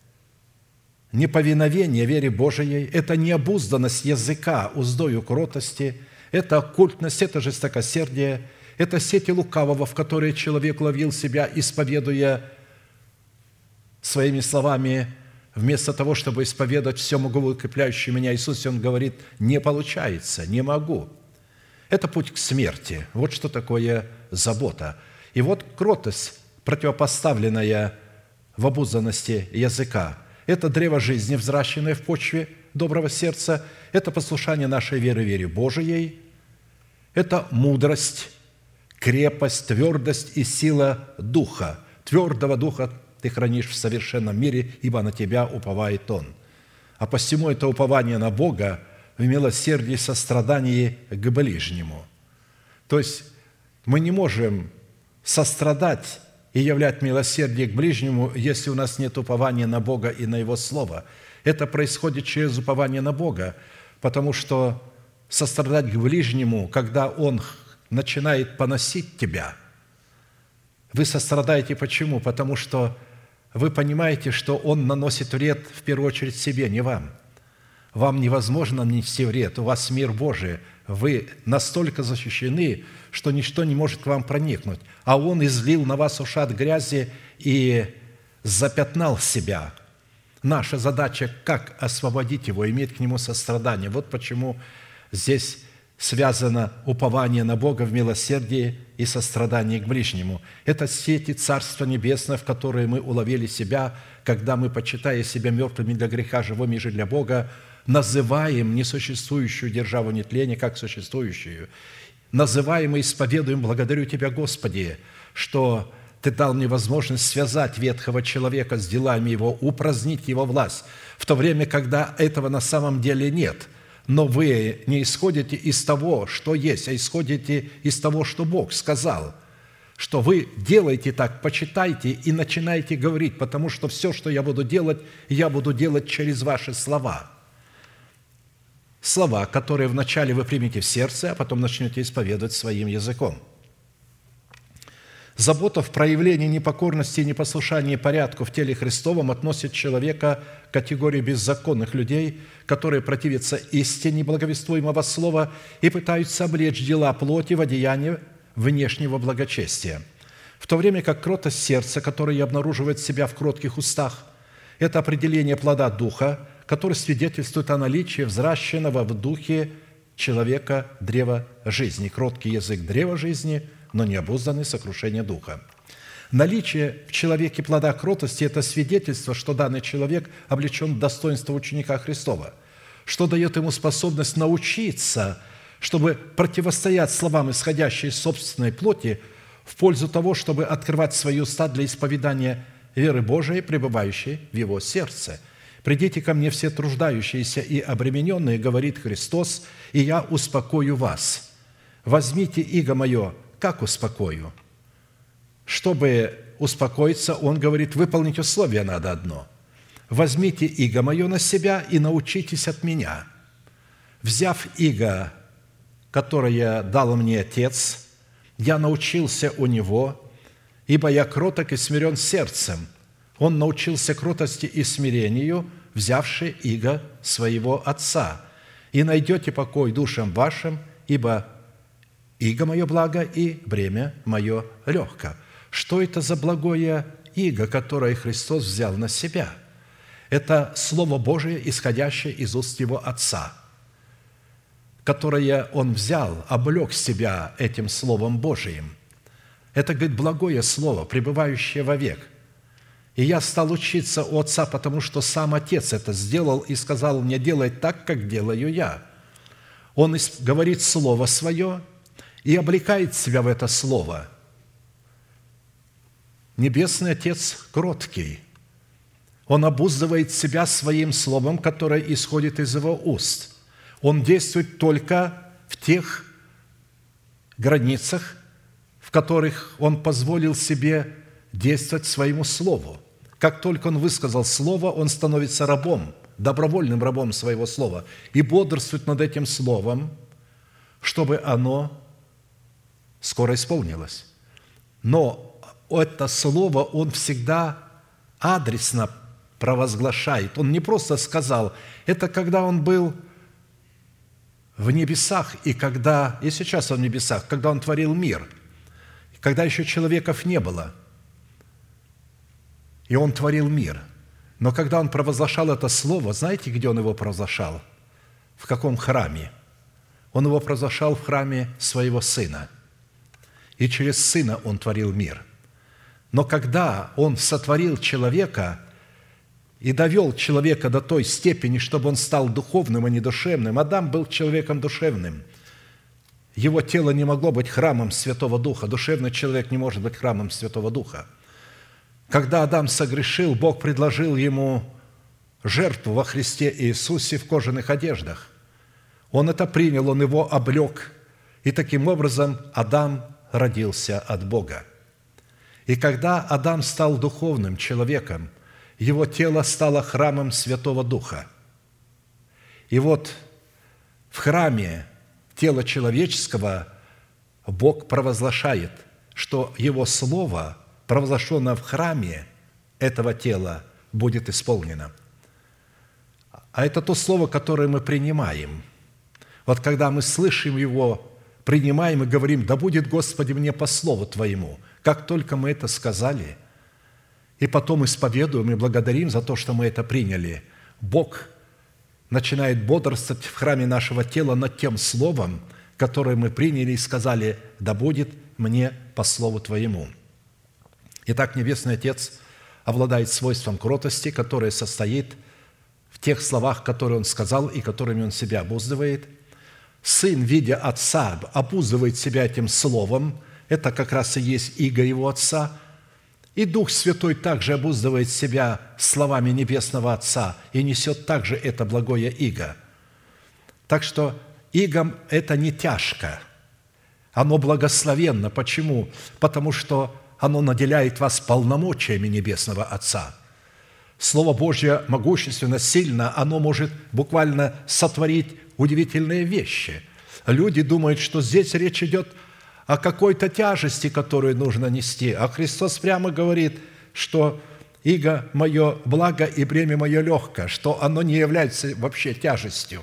неповиновение вере Божией, это необузданность языка уздою кротости, это оккультность, это жестокосердие, это сети лукавого, в которые человек ловил себя, исповедуя своими словами, вместо того, чтобы исповедать «все могу укрепляющий меня Иисус», он говорит: «Не получается, не могу». Это путь к смерти. Вот что такое забота. И вот кротость, противопоставленная в обузданности языка, это древо жизни, взращенное в почве доброго сердца, это послушание нашей вере Божией, это мудрость, крепость, твердость и сила духа. Твердого духа ты хранишь в совершенном мире, ибо на тебя уповает Он. А посему это упование на Бога в милосердии и сострадании к ближнему. То есть мы не можем сострадать и являть милосердие к ближнему, если у нас нет упования на Бога и на Его Слово. Это происходит через упование на Бога, потому что сострадать к ближнему, когда он начинает поносить тебя, вы сострадаете почему? Потому что вы понимаете, что он наносит вред в первую очередь себе, не вам. Вам невозможно нанести вред, у вас мир Божий, вы настолько защищены, что ничто не может к вам проникнуть. А он излил на вас ушат грязи и запятнал себя. Наша задача – как освободить его, иметь к нему сострадание. Вот почему здесь связано упование на Бога в милосердии и сострадании к ближнему. Это сети Царства Небесного, в которые мы уловили себя, когда мы, почитая себя мертвыми для греха, живыми же для Бога, называем несуществующую державу нетления как существующую. Называем и исповедуем: «Благодарю Тебя, Господи, что Ты дал мне возможность связать ветхого человека с делами его, упразднить его власть, в то время, когда этого на самом деле нет». Но вы не исходите из того, что есть, а исходите из того, что Бог сказал, что вы делаете так, почитайте и начинаете говорить, потому что все, что я буду делать через ваши слова. Слова, которые вначале вы примете в сердце, а потом начнете исповедовать своим языком. Забота в проявлении непокорности и непослушания порядку в теле Христовом относит человека к категории беззаконных людей, которые противятся истине благовествуемого слова и пытаются облечь дела плоти в одеяние внешнего благочестия. В то время как кротость сердца, которое обнаруживает себя в кротких устах, это определение плода Духа, который свидетельствует о наличии взращенного в Духе человека древа жизни. Кроткий язык древа жизни, но необузданное сокрушение духа. Наличие в человеке плода кротости – это свидетельство, что данный человек облечен в достоинство ученика Христова, что дает ему способность научиться, чтобы противостоять словам, исходящим из собственной плоти, в пользу того, чтобы открывать свои уста для исповедания веры Божией, пребывающей в его сердце. «Придите ко мне все труждающиеся и обремененные, говорит Христос, и я успокою вас. Возьмите иго мое». Как успокою? Чтобы успокоиться, он говорит, выполнить условие надо одно. «Возьмите иго мое на себя и научитесь от меня». Взяв иго, которое дал мне Отец, я научился у Него, ибо я кроток и смирен сердцем. Он научился кротости и смирению, взявши иго своего Отца. И найдете покой душам вашим, ибо иго мое благо и бремя мое легко». Что это за благое иго, которое Христос взял на себя? Это Слово Божие, исходящее из уст Его Отца, которое Он взял, облег себя этим Словом Божиим. Это, говорит, благое Слово, пребывающее вовек. И я стал учиться у Отца, потому что сам Отец это сделал и сказал мне делать так, как делаю я. Он говорит Слово Свое и облекает себя в это Слово. Небесный Отец кроткий. Он обуздывает себя Своим Словом, которое исходит из Его уст. Он действует только в тех границах, в которых Он позволил себе действовать Своему Слову. Как только Он высказал Слово, Он становится рабом, добровольным рабом Своего Слова и бодрствует над этим Словом, чтобы оно скоро исполнилось. Но это Слово Он всегда адресно провозглашает. Он не просто сказал, это когда Он был в небесах, и сейчас Он в небесах, когда Он творил мир, когда еще человеков не было, и Он творил мир. Но когда Он провозглашал это Слово, знаете, где Он его провозглашал? В каком храме? Он его провозглашал в храме Своего Сына. И через Сына Он творил мир. Но когда Он сотворил человека и довел человека до той степени, чтобы он стал духовным, а не душевным, Адам был человеком душевным. Его тело не могло быть храмом Святого Духа. Душевный человек не может быть храмом Святого Духа. Когда Адам согрешил, Бог предложил ему жертву во Христе Иисусе в кожаных одеждах. Он это принял, он его облег, и таким образом Адам родился от Бога. И когда Адам стал духовным человеком, его тело стало храмом Святого Духа. И вот в храме тела человеческого Бог провозглашает, что Его Слово, провозглашенное в храме этого тела, будет исполнено. А это то Слово, которое мы принимаем. Вот когда мы слышим Его, принимаем и говорим, «Да будет, Господи, мне по Слову Твоему», как только мы это сказали, и потом исповедуем и благодарим за то, что мы это приняли, Бог начинает бодрствовать в храме нашего тела над тем Словом, которое мы приняли и сказали, «Да будет мне по Слову Твоему». Итак, Небесный Отец обладает свойством кротости, которое состоит в тех словах, которые Он сказал и которыми Он себя обуздывает. Сын, видя Отца, обуздывает себя этим Словом. Это как раз и есть иго Его Отца. И Дух Святой также обуздывает себя словами Небесного Отца и несет также это благое иго. Так что игом это не тяжко, оно благословенно. Почему? Потому что оно наделяет вас полномочиями Небесного Отца. Слово Божье могущественно, сильно, оно может буквально сотворить удивительные вещи. Люди думают, что здесь речь идет о какой-то тяжести, которую нужно нести. А Христос прямо говорит, что иго мое благо и бремя мое легко, что оно не является вообще тяжестью.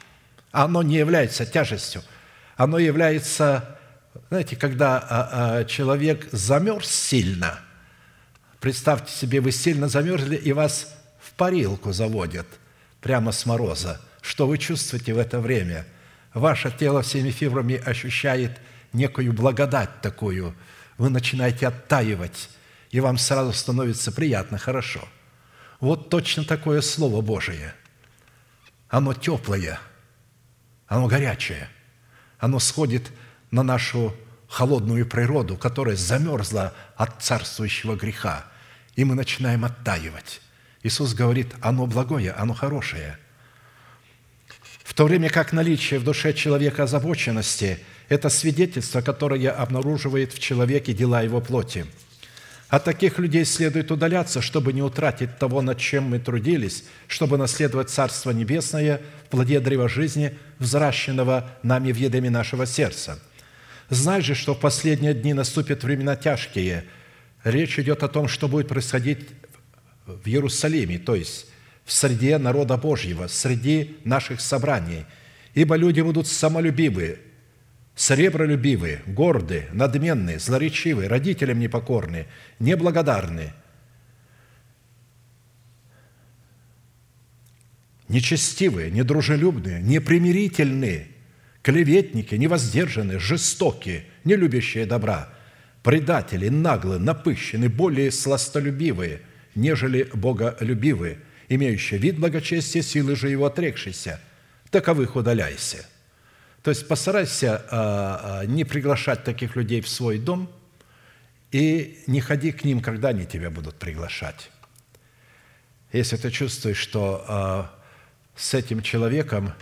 Оно не является тяжестью. Оно является, знаете, когда человек замерз сильно, представьте себе, вы сильно замерзли, и вас в парилку заводят прямо с мороза. Что вы чувствуете в это время? Ваше тело всеми фибрами ощущает некую благодать такую, вы начинаете оттаивать, и вам сразу становится приятно, хорошо. Вот точно такое Слово Божие. Оно теплое, оно горячее, оно сходит на нашу холодную природу, которая замерзла от царствующего греха, и мы начинаем оттаивать. Иисус говорит, оно благое, оно хорошее. В то время как наличие в душе человека озабоченности – это свидетельство, которое обнаруживает в человеке дела его плоти. От таких людей следует удаляться, чтобы не утратить того, над чем мы трудились, чтобы наследовать Царство Небесное в плоде древа жизни, взращенного нами в едеме нашего сердца. Знай же, что в последние дни наступят времена тяжкие. Речь идет о том, что будет происходить в Иерусалиме, то есть в среде народа Божьего, среди наших собраний. Ибо люди будут самолюбивы, сребролюбивы, горды, надменны, злоречивы, родителям непокорны, неблагодарны, нечестивы, недружелюбны, непримирительны, клеветники, невоздержаны, жестоки, не любящие добра, предатели, наглы, напыщены, более сластолюбивые, нежели боголюбивые, имеющие вид благочестия, силы же его отрекшиеся. Таковых удаляйся. То есть постарайся не приглашать таких людей в свой дом и не ходи к ним, когда они тебя будут приглашать. Если ты чувствуешь, что с этим человеком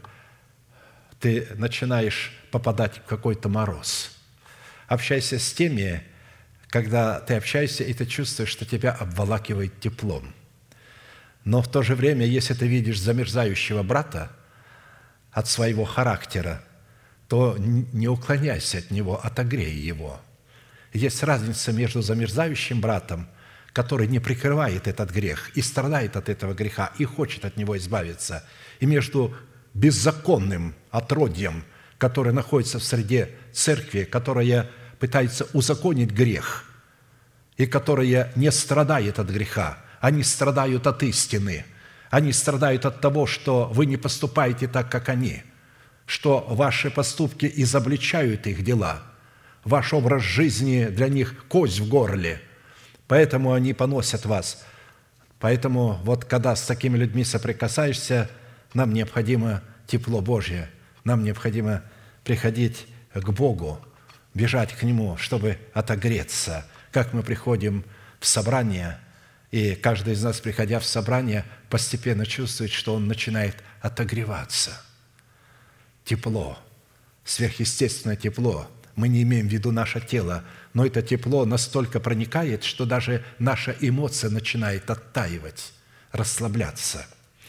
ты начинаешь попадать в какой-то мороз, общайся с теми, когда ты общаешься, и ты чувствуешь, что тебя обволакивает теплом. Но в то же время, если ты видишь замерзающего брата от своего характера, то не уклоняйся от него, отогрей его. Есть разница между замерзающим братом, который не прикрывает этот грех и страдает от этого греха и хочет от него избавиться, и между беззаконным отродьем, которое находится в среде церкви, которая пытается узаконить грех и которая не страдает от греха. Они страдают от истины. Они страдают от того, что вы не поступаете так, как они, что ваши поступки изобличают их дела, ваш образ жизни для них кость в горле, поэтому они поносят вас. Поэтому вот когда с такими людьми соприкасаешься, нам необходимо тепло Божье, нам необходимо приходить к Богу, бежать к Нему, чтобы отогреться. Как мы приходим в собрание, и каждый из нас, приходя в собрание, постепенно чувствует, что он начинает отогреваться. Тепло, сверхъестественное тепло. Мы не имеем в виду наше тело, но это тепло настолько проникает, что даже наша эмоция начинает оттаивать, расслабляться.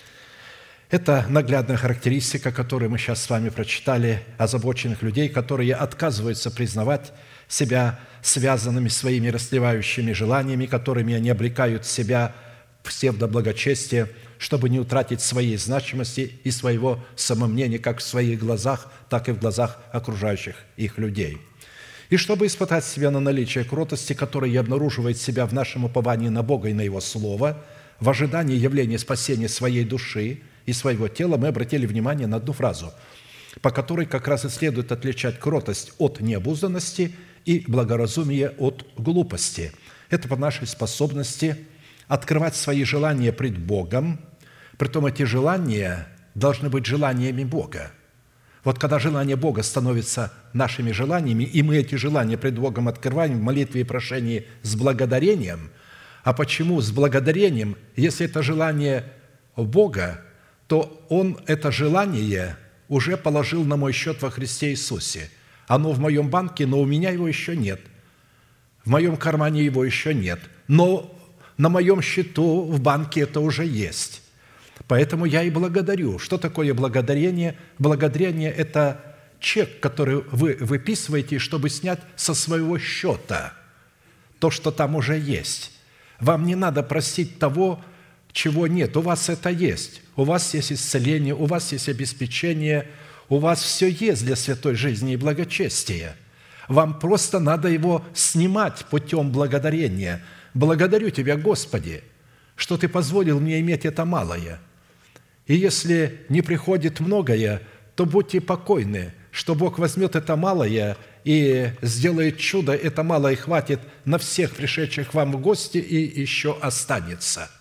Это наглядная характеристика, которую мы сейчас с вами прочитали, озабоченных людей, которые отказываются признавать себя связанными своими растлевающими желаниями, которыми они облекают себя в псевдоблагочестие, чтобы не утратить своей значимости и своего самомнения как в своих глазах, так и в глазах окружающих их людей. И чтобы испытать себя на наличие кротости, которая обнаруживает себя в нашем уповании на Бога и на Его Слово, в ожидании явления спасения своей души и своего тела, мы обратили внимание на одну фразу, по которой как раз и следует отличать кротость от необузданности и благоразумие от глупости. Это по нашей способности открывать свои желания пред Богом, притом эти желания должны быть желаниями Бога. Вот когда желание Бога становится нашими желаниями, и мы эти желания пред Богом открываем в молитве и прошении с благодарением. А почему с благодарением? Если это желание Бога, то Он это желание уже положил на мой счет во Христе Иисусе. Оно в моем банке, но у меня его еще нет. В моем кармане его еще нет. Но на моем счету в банке это уже есть. Поэтому я и благодарю. Что такое благодарение? Благодарение – это чек, который вы выписываете, чтобы снять со своего счета то, что там уже есть. Вам не надо просить того, чего нет. У вас это есть. У вас есть исцеление, у вас есть обеспечение, у вас все есть для святой жизни и благочестия. Вам просто надо его снимать путем благодарения. Благодарю Тебя, Господи, что Ты позволил мне иметь это малое. И если не приходит многое, то будьте покойны, что Бог возьмет это малое и сделает чудо, это малое хватит на всех пришедших к вам в гости и еще останется.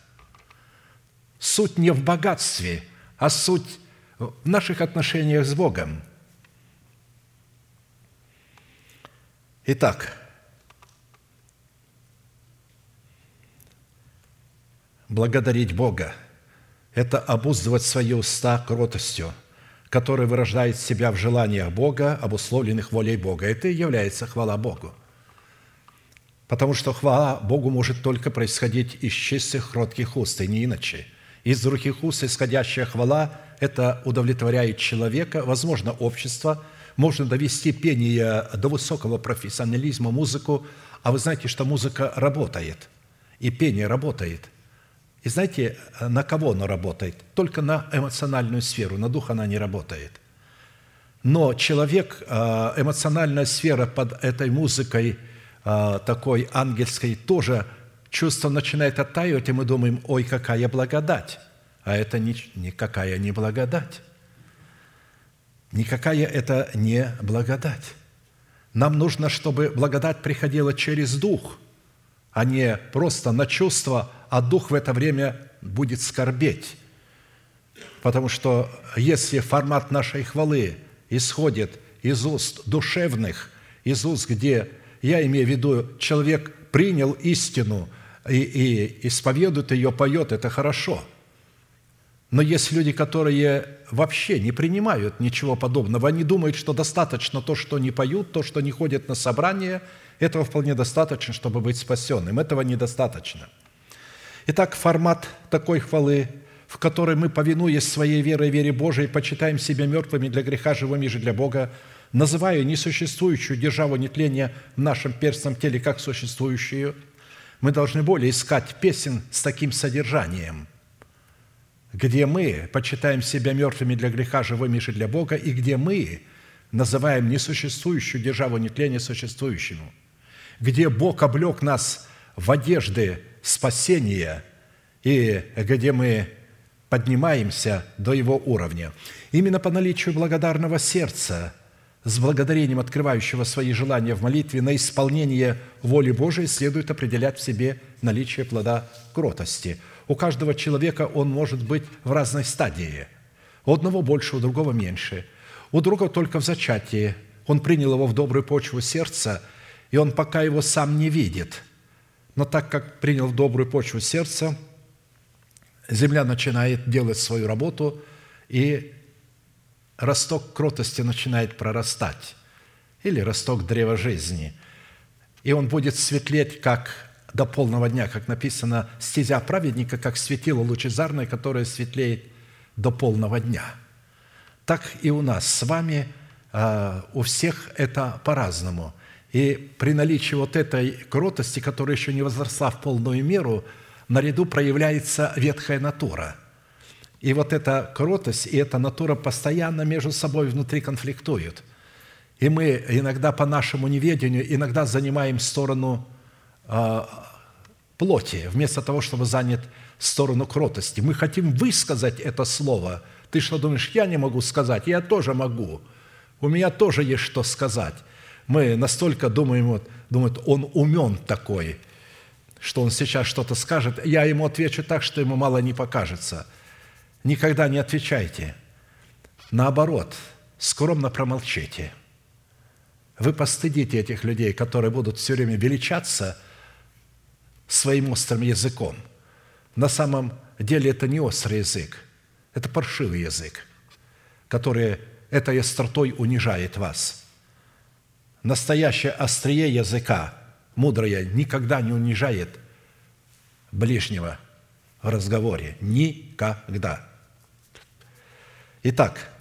Суть не в богатстве, а суть в наших отношениях с Богом. Итак, благодарить Бога – это обуздывать свои уста кротостью, которая вырождает себя в желаниях Бога, обусловленных волей Бога. Это и является хвала Богу. Потому что хвала Богу может только происходить из чистых, кротких уст, и не иначе. Из других уст исходящая хвала – это удовлетворяет человека, возможно, общество, можно довести пение до высокого профессионализма, музыку, а вы знаете, что музыка работает, и пение работает. И знаете, на кого оно работает? Только на эмоциональную сферу, на дух она не работает. Но человек, эмоциональная сфера под этой музыкой, такой ангельской, тоже чувство начинает оттаивать, и мы думаем, ой, какая благодать. А это никакая не благодать. Никакая это не благодать. Нам нужно, чтобы благодать приходила через дух, а не просто на чувство, а дух в это время будет скорбеть. Потому что если формат нашей хвалы исходит из уст душевных, из уст, где, я имею в виду, человек принял истину и исповедует ее, поет, это хорошо. Но есть люди, которые вообще не принимают ничего подобного. Они думают, что достаточно то, что не поют, то, что не ходят на собрания. Этого вполне достаточно, чтобы быть спасенным. Этого недостаточно. Итак, формат такой хвалы, в которой мы, повинуясь своей верой, вере Божией, почитаем себя мертвыми для греха, живыми же для Бога, называя несуществующую державу нетления в нашем перстном теле как существующую, мы должны более искать песен с таким содержанием, где мы почитаем себя мертвыми для греха, живыми же для Бога, и где мы называем несуществующую державу нетления существующему, где Бог облек нас в одежды спасения и где мы поднимаемся до Его уровня. Именно по наличию благодарного сердца, с благодарением открывающего свои желания в молитве на исполнение воли Божией, следует определять в себе наличие плода кротости. У каждого человека он может быть в разной стадии. У одного больше, у другого меньше. У другого только в зачатии. Он принял его в добрую почву сердца, и он пока его сам не видит. Но так как принял в добрую почву сердца, земля начинает делать свою работу, и росток кротости начинает прорастать, или росток древа жизни. И он будет светлеть, как до полного дня, как написано, стезя праведника, как светило лучезарное, которое светлеет до полного дня. Так и у нас с вами, у всех это по-разному. И при наличии вот этой кротости, которая еще не возросла в полную меру, наряду проявляется ветхая натура. И вот эта кротость и эта натура постоянно между собой внутри конфликтуют. И мы иногда по нашему неведению иногда занимаем сторону плоти, вместо того, чтобы занять сторону кротости. Мы хотим высказать это слово. Ты что думаешь, я не могу сказать? Я тоже могу. У меня тоже есть что сказать. Мы настолько думаем, думают, он умен такой, что он сейчас что-то скажет. Я ему отвечу так, что ему мало не покажется. Никогда не отвечайте. Наоборот, скромно промолчите. Вы постыдите этих людей, которые будут все время величаться своим острым языком. На самом деле это не острый язык, это паршивый язык, который этой остротой унижает вас. Настоящее острие языка, мудрое, никогда не унижает ближнего в разговоре. Никогда. Итак,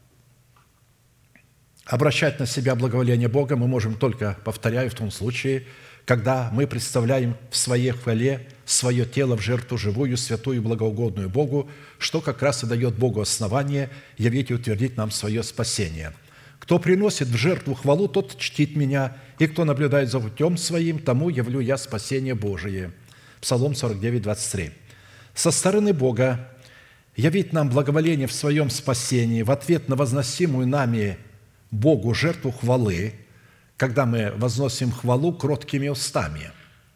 обращать на себя благоволение Бога мы можем только, повторяю, в том случае, когда мы представляем в своей хвале свое тело в жертву живую, святую, благоугодную Богу, что как раз и дает Богу основание явить и утвердить нам свое спасение. Кто приносит в жертву хвалу, тот чтит меня, и кто наблюдает за путем своим, тому явлю я спасение Божие». Псалом 49, 23. Со стороны Бога явить нам благоволение в своем спасении в ответ на возносимую нами Богу жертву хвалы, когда мы возносим хвалу кроткими устами.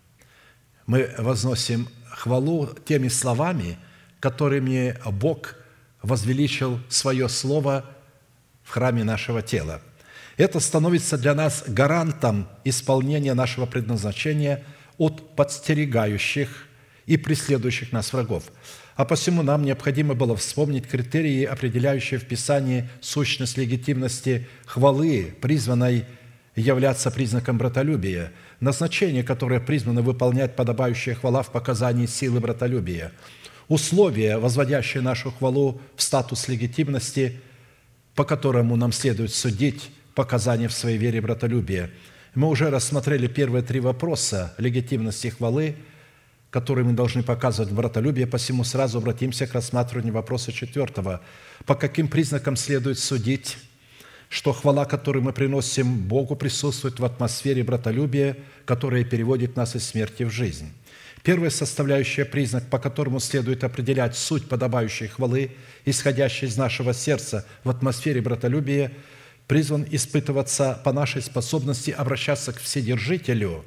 Мы возносим хвалу теми словами, которыми Бог возвеличил свое слово в храме нашего тела. Это становится для нас гарантом исполнения нашего предназначения от подстерегающих и преследующих нас врагов. А посему нам необходимо было вспомнить критерии, определяющие в Писании сущность легитимности хвалы, призванной являться признаком братолюбия, назначение, которое призвано выполнять подобающая хвала в показании силы братолюбия, условия, возводящие нашу хвалу в статус легитимности, по которому нам следует судить показания в своей вере братолюбия. Мы уже рассмотрели первые три вопроса легитимности хвалы, которые мы должны показывать в братолюбии, посему сразу обратимся к рассматриванию вопроса четвертого. По каким признакам следует судить, что хвала, которую мы приносим Богу, присутствует в атмосфере братолюбия, которая переводит нас из смерти в жизнь? Первая составляющая, признак, по которому следует определять суть подобающей хвалы, исходящей из нашего сердца в атмосфере братолюбия, призван испытываться по нашей способности обращаться к Вседержителю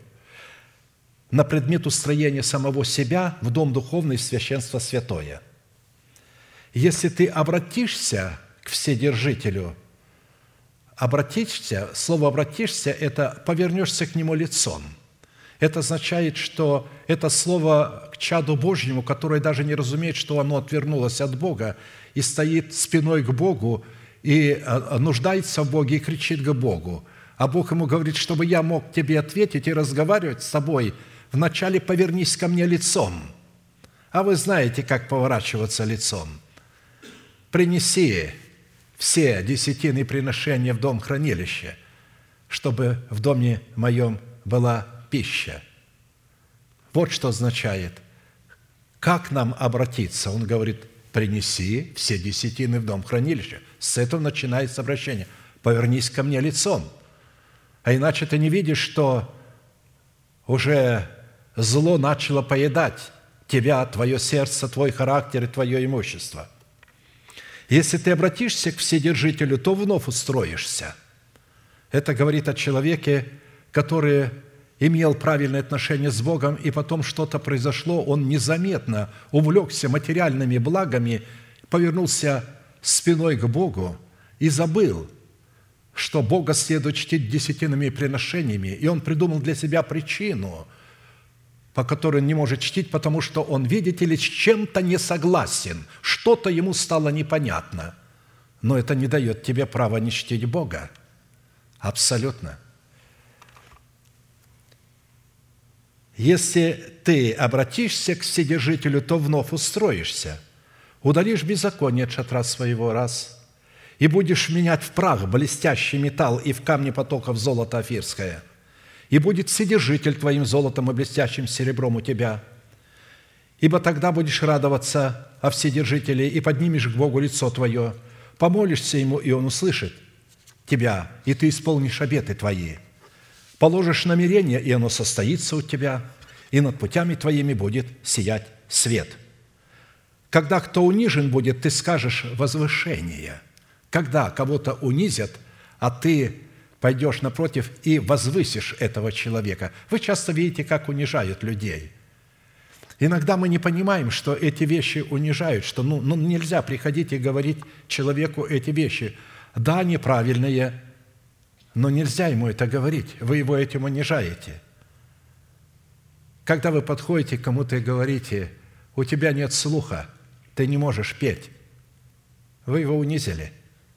на предмет устроения самого себя в дом духовный, в священство святое. Если ты обратишься к Вседержителю обратишься, слово «обратишься» – это повернешься к Нему лицом. Это означает, что это слово к чаду Божьему, которое даже не разумеет, что оно отвернулось от Бога и стоит спиной к Богу, и нуждается в Боге и кричит к Богу. А Бог ему говорит, чтобы я мог тебе ответить и разговаривать с тобой, вначале повернись ко мне лицом. А вы знаете, как поворачиваться лицом. Принеси все десятины приношения в дом хранилища, чтобы в доме моем была пища. Вот что означает. Как нам обратиться? Он говорит, принеси все десятины в дом хранилища. С этого начинается обращение. Повернись ко мне лицом. А иначе ты не видишь, что уже зло начало поедать тебя, твое сердце, твой характер и твое имущество. Если ты обратишься к Вседержителю, то вновь устроишься. Это говорит о человеке, который имел правильное отношение с Богом, и потом что-то произошло, он незаметно увлекся материальными благами, повернулся спиной к Богу и забыл, что Бога следует чтить десятинными приношениями, и он придумал для себя причину, по которой он не может чтить, потому что он, видите ли, с чем-то не согласен, что-то ему стало непонятно. Но это не дает тебе права не чтить Бога. Абсолютно. Если ты обратишься к Вседержителю, то вновь устроишься, удалишь беззаконие от шатра своего раз, и будешь менять в прах блестящий металл и в камни потоков золото офирское, и будет Вседержитель твоим золотом и блестящим серебром у тебя. Ибо тогда будешь радоваться о Вседержителе и поднимешь к Богу лицо твое, помолишься Ему, и Он услышит тебя, и ты исполнишь обеты твои. Положишь намерение, и оно состоится у тебя, и над путями твоими будет сиять свет. Когда кто унижен будет, ты скажешь возвышение. Когда кого-то унизят, а ты пойдешь напротив и возвысишь этого человека. Вы часто видите, как унижают людей. Иногда мы не понимаем, что эти вещи унижают, что нельзя приходить и говорить человеку эти вещи. Да, они правильные, но нельзя ему это говорить. Вы его этим унижаете. Когда вы подходите к кому-то и говорите, у тебя нет слуха, ты не можешь петь, вы его унизили.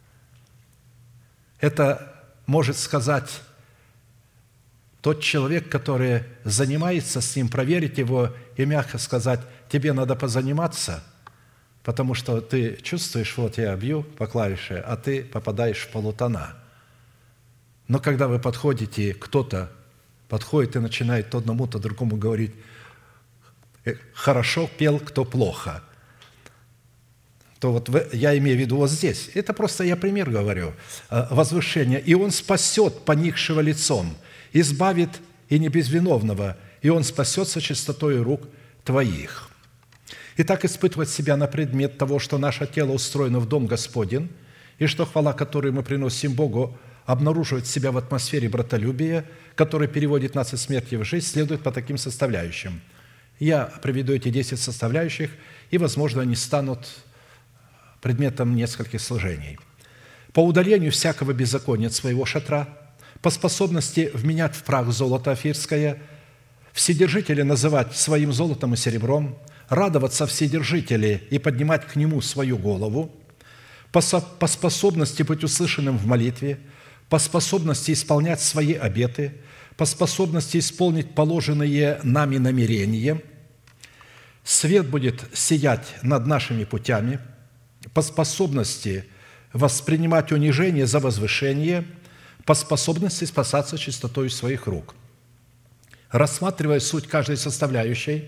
Это может сказать тот человек, который занимается с ним, проверить его и мягко сказать, тебе надо позаниматься, потому что ты чувствуешь, вот я бью по клавише, а ты попадаешь в полутона. Но когда вы подходите, кто-то подходит и начинает то одному, то другому говорить, хорошо пел, кто плохо, то вот я имею в виду вот здесь. Это просто я пример говорю. Возвышение. «И Он спасет поникшего лицом, избавит и не безвиновного, и Он спасется чистотою рук твоих». Итак, испытывать себя на предмет того, что наше тело устроено в дом Господень, и что хвала, которую мы приносим Богу, обнаруживать себя в атмосфере братолюбия, который переводит нас из смерти в жизнь, следует по таким составляющим. Я приведу эти 10 составляющих, и, возможно, они станут предметом нескольких служений. По удалению всякого беззакония от своего шатра, по способности вменять в прах золото офирское, Вседержителя называть своим золотом и серебром, радоваться Вседержителе и поднимать к Нему свою голову, по способности быть услышанным в молитве, по способности исполнять свои обеты, по способности исполнить положенные нами намерения. Свет будет сиять над нашими путями, по способности воспринимать унижение за возвышение, по способности спасаться чистотой своих рук. Рассматривая суть каждой составляющей,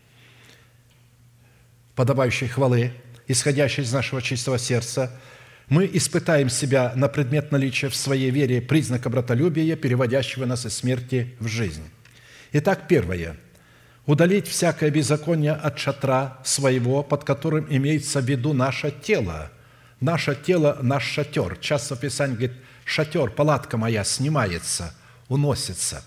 подобающей хвалы, исходящей из нашего чистого сердца, мы испытаем себя на предмет наличия в своей вере признака братолюбия, переводящего нас из смерти в жизнь. Итак, первое. Удалить всякое беззаконие от шатра своего, под которым имеется в виду наше тело. Наше тело – наш шатер. Часто Писание говорит, шатер, палатка моя снимается, уносится.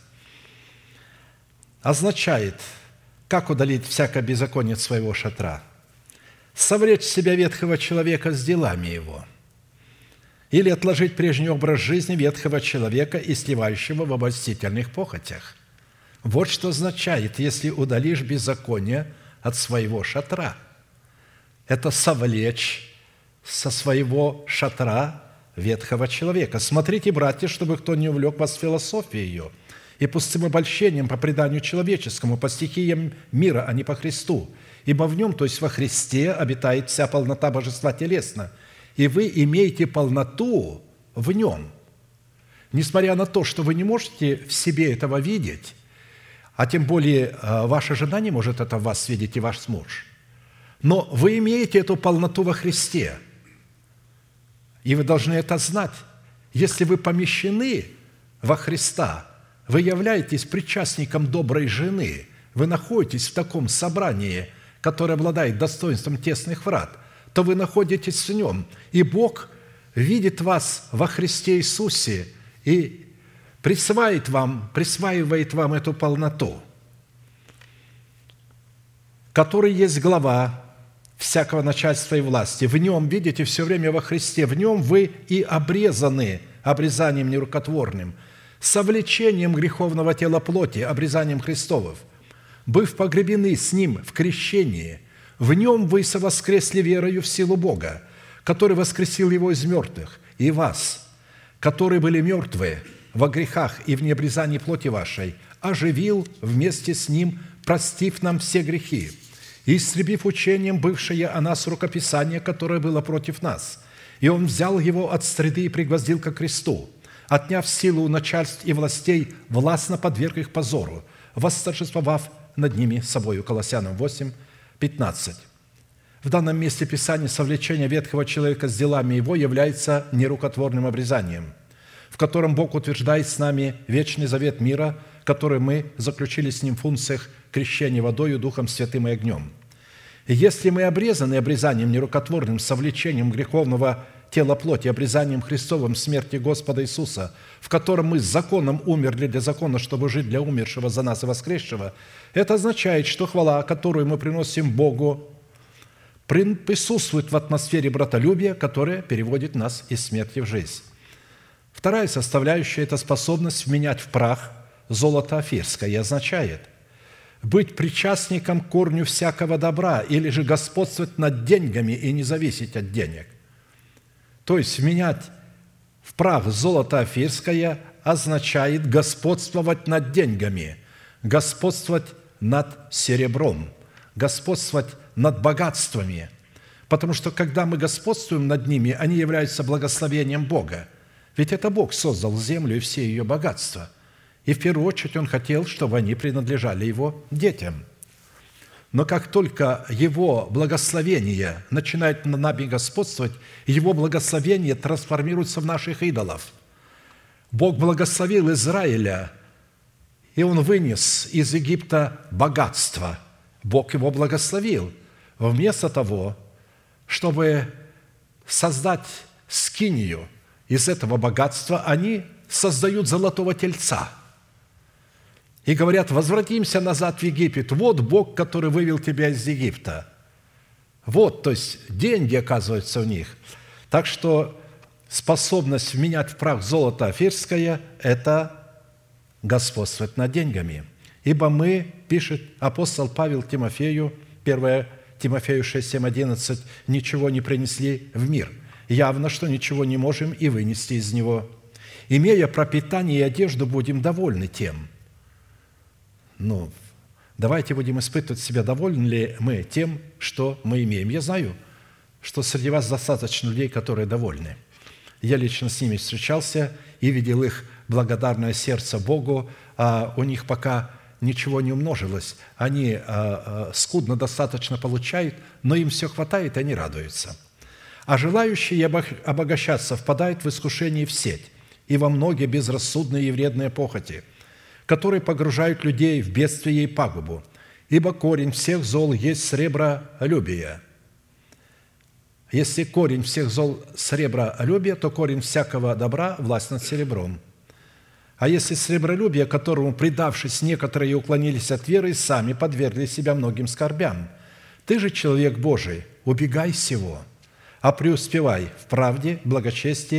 Означает, как удалить всякое беззаконие от своего шатра? Совлечь с себя ветхого человека с делами его. или отложить прежний образ жизни ветхого человека и сливающего в обольстительных похотях. Вот что означает, если удалишь беззаконие от своего шатра. Это совлечь со своего шатра ветхого человека. Смотрите, братья, чтобы кто не увлек вас философией ее и пустым обольщением по преданию человеческому, по стихиям мира, а не по Христу. Ибо в нем, то есть во Христе, обитает вся полнота божества телесно, и вы имеете полноту в нем. Несмотря на то, что вы не можете в себе этого видеть, а тем более ваша жена не может это в вас видеть и ваш муж, но вы имеете эту полноту во Христе, и вы должны это знать. Если вы помещены во Христа, вы являетесь причастником доброй жены, вы находитесь в таком собрании, которое обладает достоинством тесных врат, то вы находитесь в нем, и Бог видит вас во Христе Иисусе и присваивает вам эту полноту, который есть глава всякого начальства и власти. В нем, видите, все время во Христе, в нем вы и обрезаны обрезанием нерукотворным, совлечением греховного тела плоти, обрезанием Христовым, быв погребены с Ним в крещении, в Нем вы совоскресли верою в силу Бога, который воскресил Его из мертвых, и вас, которые были мертвы во грехах и в необрезании плоти вашей, оживил вместе с Ним, простив нам все грехи, и истребив учением бывшее о нас рукописание, которое было против нас. И Он взял его от среды и пригвоздил ко кресту, отняв силу начальств и властей, властно подверг их позору, восторжествовав над ними собою». Колоссянам 8, 15. В данном месте Писания совлечение ветхого человека с делами его является нерукотворным обрезанием, в котором Бог утверждает с нами вечный завет мира, который мы заключили с Ним в функциях крещения водою, Духом Святым и огнем. И если мы обрезаны обрезанием нерукотворным, совлечением греховного тела плоти, обрезанием Христовым смерти Господа Иисуса, в котором мы с законом умерли для закона, чтобы жить для умершего за нас и воскресшего, это означает, что хвала, которую мы приносим Богу, присутствует в атмосфере братолюбия, которая переводит нас из смерти в жизнь. Вторая составляющая – это способность вменять в прах золото афирское, и означает быть причастником к корню всякого добра или же господствовать над деньгами и не зависеть от денег. То есть вменять в прах золото афирское означает господствовать над деньгами, господствовать над серебром, господствовать над богатствами. Потому что, когда мы господствуем над ними, они являются благословением Бога. Ведь это Бог создал землю и все ее богатства. И в первую очередь Он хотел, чтобы они принадлежали Его детям. Но как только Его благословение начинает над нами господствовать, Его благословение трансформируется в наших идолов. Бог благословил Израиля, и он вынес из Египта богатство. Бог его благословил. Вместо того, чтобы создать скинию из этого богатства, они создают золотого тельца и говорят: возвратимся назад в Египет. Вот Бог, который вывел тебя из Египта. Вот, то есть деньги, оказываются, у них. Так что способность вменять в прах золото афирское – это господствовать над деньгами. Ибо мы, пишет апостол Павел Тимофею, 1 Тимофею 6, 7, 11, ничего не принесли в мир. Явно, что ничего не можем и вынести из него. Имея пропитание и одежду, будем довольны тем. Давайте будем испытывать себя, довольны ли мы тем, что мы имеем. Я знаю, что среди вас достаточно людей, которые довольны. Я лично с ними встречался и видел их благодарное сердце Богу, а у них пока ничего не умножилось. Они скудно достаточно получают, но им все хватает, и они радуются. А желающие обогащаться впадают в искушение и в сеть, и во многие безрассудные и вредные похоти, которые погружают людей в бедствие и пагубу. Ибо корень всех зол есть сребролюбие. Если корень всех зол сребролюбие, то корень всякого добра – власть над серебром. А если сребролюбие, которому, предавшись, некоторые уклонились от веры, сами подвергли себя многим скорбям. Ты же, человек Божий, убегай сего, а преуспевай в правде, благочестии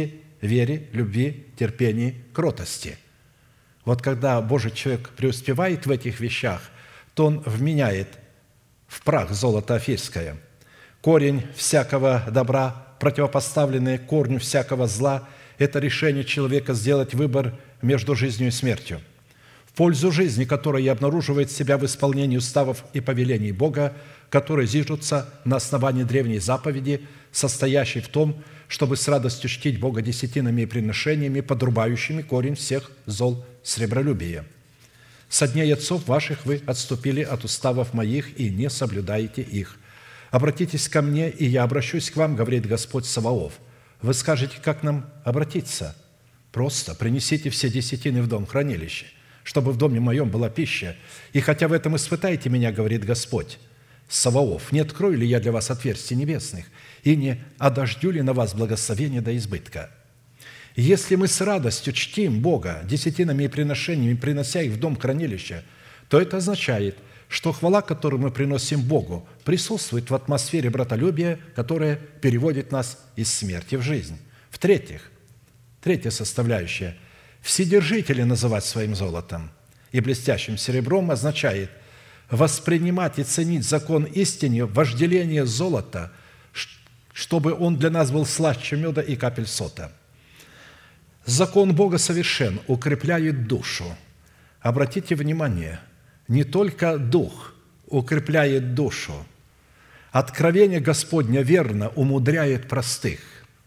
вере, любви, терпении, кротости». Вот когда Божий человек преуспевает в этих вещах, то он вменяет в прах золото афирское. Корень всякого добра, противопоставленный корню всякого зла – это решение человека сделать выбор между жизнью и смертью. В пользу жизни, которая обнаруживает себя в исполнении уставов и повелений Бога, которые зиждутся на основании древней заповеди, состоящей в том, чтобы с радостью чтить Бога десятинами и приношениями, подрубающими корень всех зол сребролюбия. «Со дней отцов ваших вы отступили от уставов моих и не соблюдаете их. Обратитесь ко мне, и я обращусь к вам, говорит Господь Саваоф. Вы скажете, как нам обратиться? Просто принесите все десятины в дом хранилища, чтобы в доме моем была пища. И хотя в этом испытайте меня, говорит Господь Саваоф, не открою ли я для вас отверстий небесных, и не одождю ли на вас благословение до избытка? Если мы с радостью чтим Бога десятинами и приношениями, принося их в дом хранилища, то это означает, что хвала, которую мы приносим Богу, присутствует в атмосфере братолюбия, которая переводит нас из смерти в жизнь. В-третьих, третья составляющая – вседержители называть своим золотом и блестящим серебром означает воспринимать и ценить закон истины, вожделение золота, чтобы он для нас был слаще меда и капель сота. Закон Бога совершен, укрепляет душу. Обратите внимание, не только дух укрепляет душу. Откровение Господня верно умудряет простых.